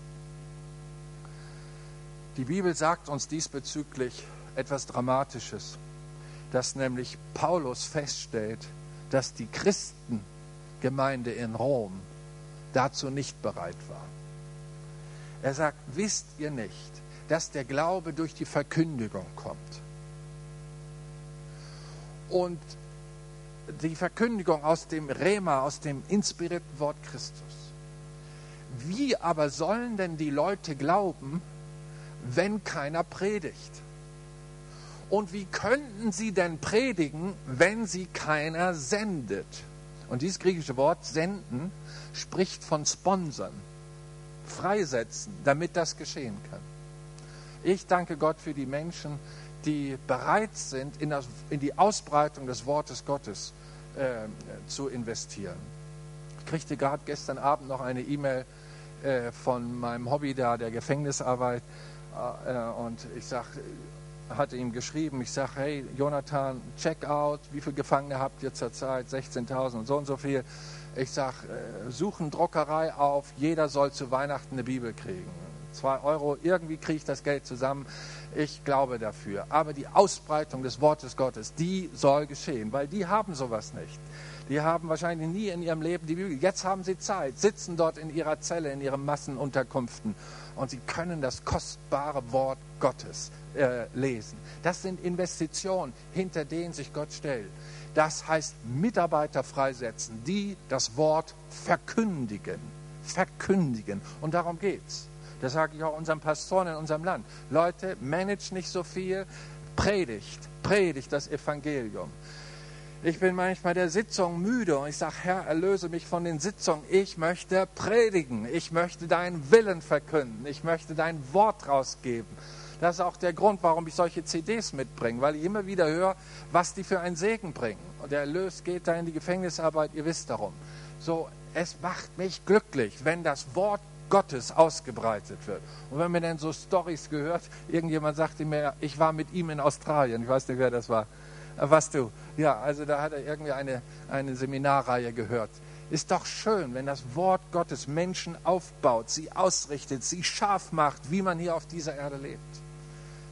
Die Bibel sagt uns diesbezüglich etwas Dramatisches, dass nämlich Paulus feststellt, dass die Christengemeinde in Rom dazu nicht bereit war. Er sagt, wisst ihr nicht, dass der Glaube durch die Verkündigung kommt? Und die Verkündigung aus dem Rema, aus dem inspirierten Wort Christus. Wie aber sollen denn die Leute glauben, wenn keiner predigt? Und wie könnten sie denn predigen, wenn sie keiner sendet? Und dieses griechische Wort senden spricht von sponsern, freisetzen, damit das geschehen kann. Ich danke Gott für die Menschen, die bereit sind, in die Ausbreitung des Wortes Gottes zu investieren. Ich kriegte gerade gestern Abend noch eine E-Mail von meinem Hobby da, der Gefängnisarbeit. Und ich hatte ihm geschrieben, ich sage, hey Jonathan, check out, wie viele Gefangene habt ihr zurzeit? 16.000 und so viel. Ich sage, such eine Druckerei auf, jeder soll zu Weihnachten eine Bibel kriegen. 2 Euro, irgendwie kriege ich das Geld zusammen. Ich glaube dafür. Aber die Ausbreitung des Wortes Gottes, die soll geschehen, weil die haben sowas nicht. Die haben wahrscheinlich nie in ihrem Leben die Bibel. Jetzt haben sie Zeit, sitzen dort in ihrer Zelle, in ihren Massenunterkünften und sie können das kostbare Wort Gottes lesen. Das sind Investitionen, hinter denen sich Gott stellt. Das heißt Mitarbeiter freisetzen, die das Wort verkündigen. Verkündigen. Und darum geht's. Das sage ich auch unseren Pastoren in unserem Land. Leute, managt nicht so viel, predigt das Evangelium. Ich bin manchmal der Sitzung müde und ich sage, Herr, erlöse mich von den Sitzungen. Ich möchte predigen, ich möchte deinen Willen verkünden, ich möchte dein Wort rausgeben. Das ist auch der Grund, warum ich solche CDs mitbringe, weil ich immer wieder höre, was die für einen Segen bringen. Und der Erlös geht da in die Gefängnisarbeit, ihr wisst darum. So, es macht mich glücklich, wenn das Wort Gottes ausgebreitet wird. Und wenn man dann so Storys gehört, irgendjemand sagte mir, ich war mit ihm in Australien, ich weiß nicht, wer das war. Was du? Ja, also da hat er irgendwie eine Seminarreihe gehört. Ist doch schön, wenn das Wort Gottes Menschen aufbaut, sie ausrichtet, sie scharf macht, wie man hier auf dieser Erde lebt.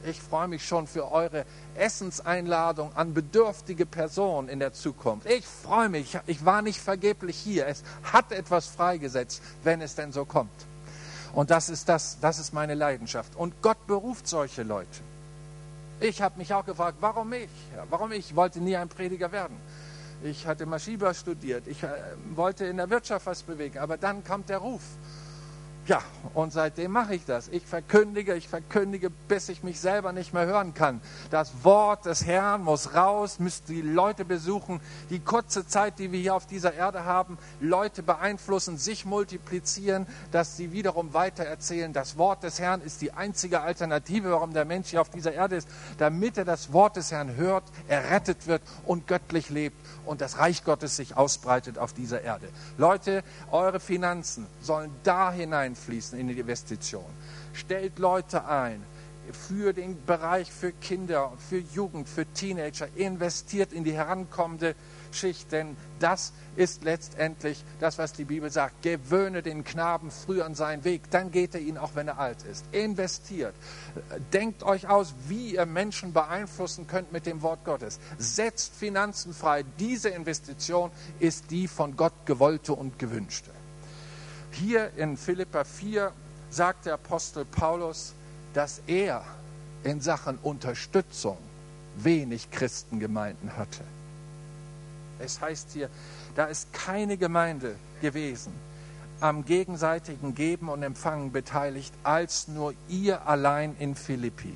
Ich freue mich schon für eure Essenseinladung an bedürftige Personen in der Zukunft. Ich freue mich. Ich war nicht vergeblich hier. Es hat etwas freigesetzt, wenn es denn so kommt. Und das ist meine Leidenschaft. Und Gott beruft solche Leute. Ich habe mich auch gefragt, warum ich? Ja, warum ich? Ich wollte nie ein Prediger werden. Ich hatte Maschinenbau studiert. Ich wollte in der Wirtschaft was bewegen. Aber dann kommt der Ruf. Ja, und seitdem mache ich das. Ich verkündige, bis ich mich selber nicht mehr hören kann. Das Wort des Herrn muss raus, müsst die Leute besuchen. Die kurze Zeit, die wir hier auf dieser Erde haben, Leute beeinflussen, sich multiplizieren, dass sie wiederum weitererzählen. Das Wort des Herrn ist die einzige Alternative, warum der Mensch hier auf dieser Erde ist, damit er das Wort des Herrn hört, errettet wird und göttlich lebt und das Reich Gottes sich ausbreitet auf dieser Erde. Leute, eure Finanzen sollen da hineinfließen in die Investition. Stellt Leute ein für den Bereich für Kinder, für Jugend, für Teenager. Investiert in die herankommende Schicht, denn das ist letztendlich das, was die Bibel sagt. Gewöhne den Knaben früh an seinen Weg, dann geht er ihn auch, wenn er alt ist. Investiert. Denkt euch aus, wie ihr Menschen beeinflussen könnt mit dem Wort Gottes. Setzt Finanzen frei. Diese Investition ist die von Gott gewollte und gewünschte. Hier in Philipper 4 sagt der Apostel Paulus, dass er in Sachen Unterstützung wenig Christengemeinden hatte. Es heißt hier, da ist keine Gemeinde gewesen, am gegenseitigen Geben und Empfangen beteiligt, als nur ihr allein in Philippi.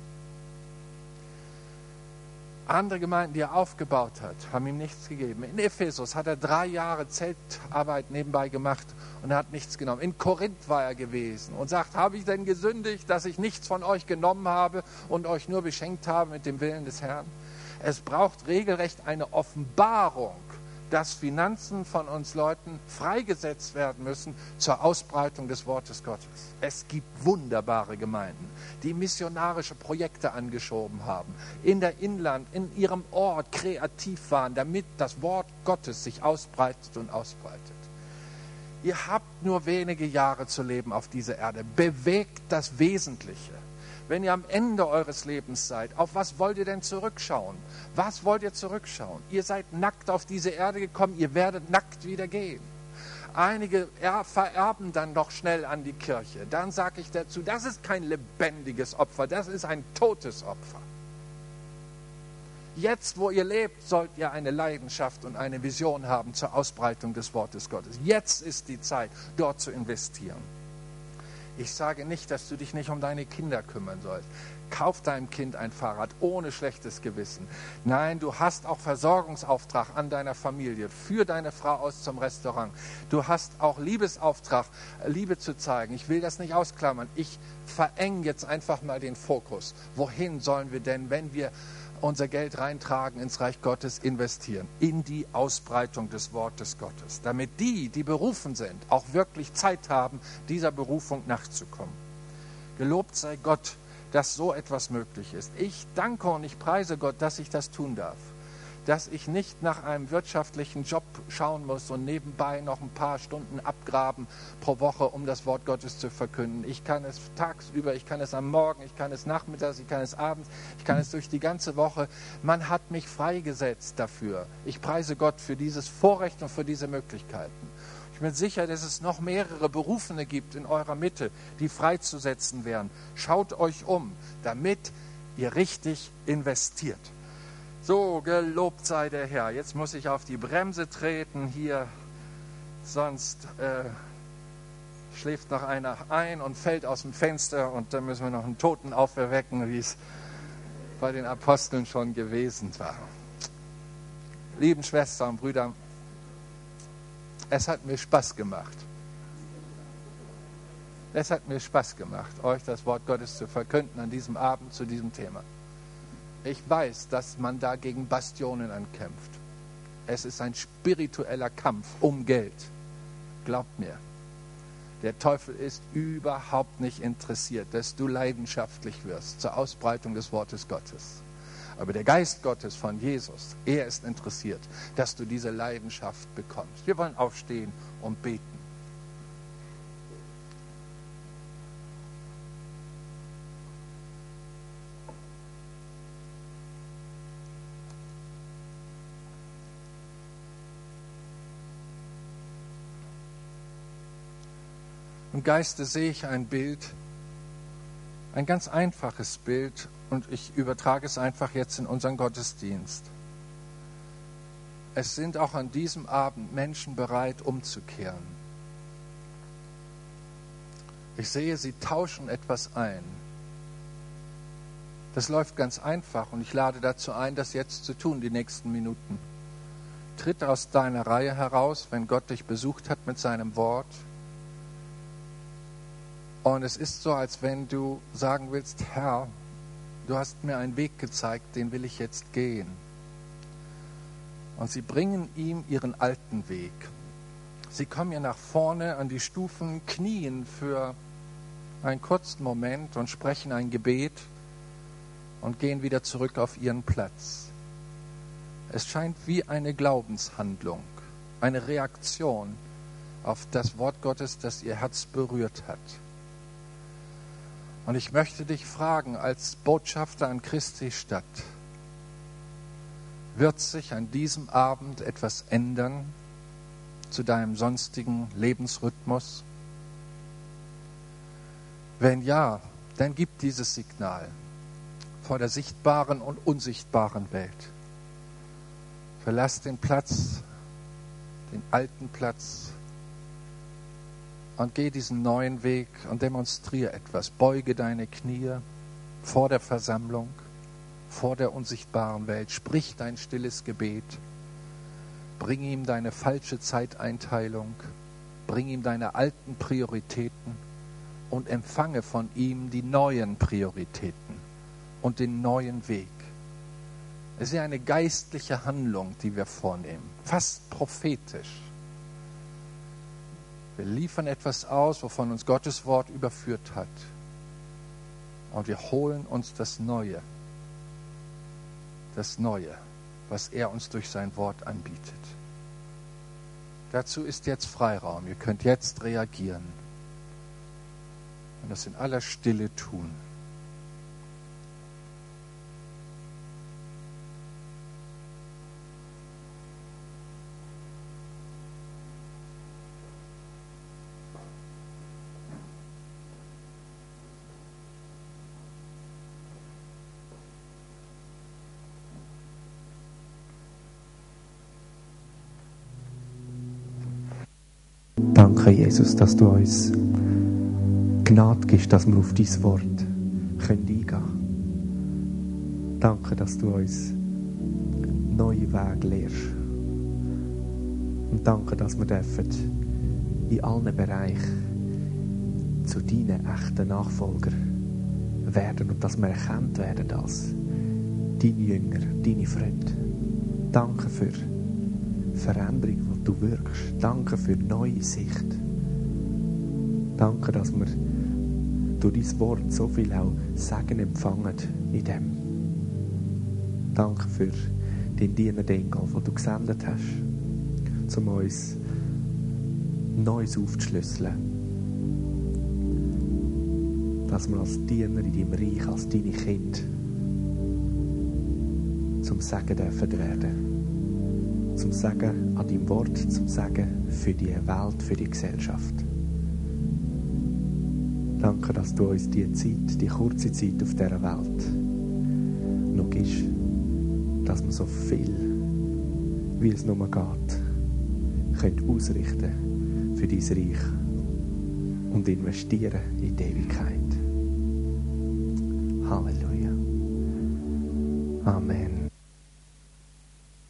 Andere Gemeinden, die er aufgebaut hat, haben ihm nichts gegeben. In Ephesus hat er 3 Jahre Zeltarbeit nebenbei gemacht und er hat nichts genommen. In Korinth war er gewesen und sagt, habe ich denn gesündigt, dass ich nichts von euch genommen habe und euch nur beschenkt habe mit dem Willen des Herrn? Es braucht regelrecht eine Offenbarung, dass Finanzen von uns Leuten freigesetzt werden müssen zur Ausbreitung des Wortes Gottes. Es gibt wunderbare Gemeinden, die missionarische Projekte angeschoben haben, in der Inland, in ihrem Ort kreativ waren, damit das Wort Gottes sich ausbreitet und ausbreitet. Ihr habt nur wenige Jahre zu leben auf dieser Erde. Bewegt das Wesentliche. Wenn ihr am Ende eures Lebens seid, auf was wollt ihr denn zurückschauen? Was wollt ihr zurückschauen? Ihr seid nackt auf diese Erde gekommen, ihr werdet nackt wieder gehen. Einige vererben dann noch schnell an die Kirche. Dann sage ich dazu, das ist kein lebendiges Opfer, das ist ein totes Opfer. Jetzt, wo ihr lebt, sollt ihr eine Leidenschaft und eine Vision haben zur Ausbreitung des Wortes Gottes. Jetzt ist die Zeit, dort zu investieren. Ich sage nicht, dass du dich nicht um deine Kinder kümmern sollst. Kauf deinem Kind ein Fahrrad ohne schlechtes Gewissen. Nein, du hast auch Versorgungsauftrag an deiner Familie. Führ deine Frau aus zum Restaurant. Du hast auch Liebesauftrag, Liebe zu zeigen. Ich will das nicht ausklammern. Ich verenge jetzt einfach mal den Fokus. Wohin sollen wir denn, wenn wir unser Geld reintragen, ins Reich Gottes investieren? In die Ausbreitung des Wortes Gottes. Damit die, die berufen sind, auch wirklich Zeit haben, dieser Berufung nachzukommen. Gelobt sei Gott, dass so etwas möglich ist. Ich danke und ich preise Gott, dass ich das tun darf. Dass ich nicht nach einem wirtschaftlichen Job schauen muss und nebenbei noch ein paar Stunden abgraben pro Woche, um das Wort Gottes zu verkünden. Ich kann es tagsüber, ich kann es am Morgen, ich kann es nachmittags, ich kann es abends, ich kann es durch die ganze Woche. Man hat mich freigesetzt dafür. Ich preise Gott für dieses Vorrecht und für diese Möglichkeiten. Ich bin sicher, dass es noch mehrere Berufene gibt in eurer Mitte, die freizusetzen wären. Schaut euch um, damit ihr richtig investiert. So, gelobt sei der Herr. Jetzt muss ich auf die Bremse treten hier, sonst schläft noch einer ein und fällt aus dem Fenster und dann müssen wir noch einen Toten auferwecken, wie es bei den Aposteln schon gewesen war. Lieben Schwestern und Brüder, es hat mir Spaß gemacht. Es hat mir Spaß gemacht, euch das Wort Gottes zu verkünden an diesem Abend zu diesem Thema. Ich weiß, dass man da gegen Bastionen ankämpft. Es ist ein spiritueller Kampf um Geld. Glaubt mir, der Teufel ist überhaupt nicht interessiert, dass du leidenschaftlich wirst zur Ausbreitung des Wortes Gottes. Aber der Geist Gottes von Jesus, er ist interessiert, dass du diese Leidenschaft bekommst. Wir wollen aufstehen und beten. Im Geiste sehe ich ein Bild, ein ganz einfaches Bild, und ich übertrage es einfach jetzt in unseren Gottesdienst. Es sind auch an diesem Abend Menschen bereit, umzukehren. Ich sehe, sie tauschen etwas ein. Das läuft ganz einfach und ich lade dazu ein, das jetzt zu tun, die nächsten Minuten. Tritt aus deiner Reihe heraus, wenn Gott dich besucht hat mit seinem Wort. Und es ist so, als wenn du sagen willst, Herr, du hast mir einen Weg gezeigt, den will ich jetzt gehen. Und sie bringen ihm ihren alten Weg. Sie kommen hier nach vorne an die Stufen, knien für einen kurzen Moment und sprechen ein Gebet und gehen wieder zurück auf ihren Platz. Es scheint wie eine Glaubenshandlung, eine Reaktion auf das Wort Gottes, das ihr Herz berührt hat. Und ich möchte dich fragen, als Botschafter an Christi Stadt, wird sich an diesem Abend etwas ändern zu deinem sonstigen Lebensrhythmus? Wenn ja, dann gib dieses Signal vor der sichtbaren und unsichtbaren Welt. Verlass den Platz, den alten Platz, und geh diesen neuen Weg und demonstriere etwas. Beuge deine Knie vor der Versammlung, vor der unsichtbaren Welt. Sprich dein stilles Gebet. Bring ihm deine falsche Zeiteinteilung. Bring ihm deine alten Prioritäten und empfange von ihm die neuen Prioritäten und den neuen Weg. Es ist ja eine geistliche Handlung, die wir vornehmen, fast prophetisch. Wir liefern etwas aus, wovon uns Gottes Wort überführt hat. Und wir holen uns das Neue, was er uns durch sein Wort anbietet. Dazu ist jetzt Freiraum. Ihr könnt jetzt reagieren und das in aller Stille tun. Danke, Jesus, dass du uns Gnade gibst, dass wir auf dein Wort eingehen können. Danke, dass du uns neue Wege lehrst. Und danke, dass wir in allen Bereichen zu deinen echten Nachfolgern werden und dass wir erkannt werden als deine Jünger, deine Freunde. Danke für Veränderung, die du wirkst. Danke für neue Sicht. Danke, dass wir durch dein Wort so viel auch Segen empfangen in dem. Danke für den Diener, den du gesendet hast, um uns Neues aufzuschlüsseln. Dass wir als Diener in deinem Reich, als deine Kinder zum Segen dürfen werden. Zum Segen an deinem Wort, zum Segen für die Welt, für die Gesellschaft. Danke, dass du uns die Zeit, die kurze Zeit auf dieser Welt noch gibst, dass wir so viel, wie es nur geht, können ausrichten für dein Reich und investieren in die Ewigkeit. Halleluja. Amen.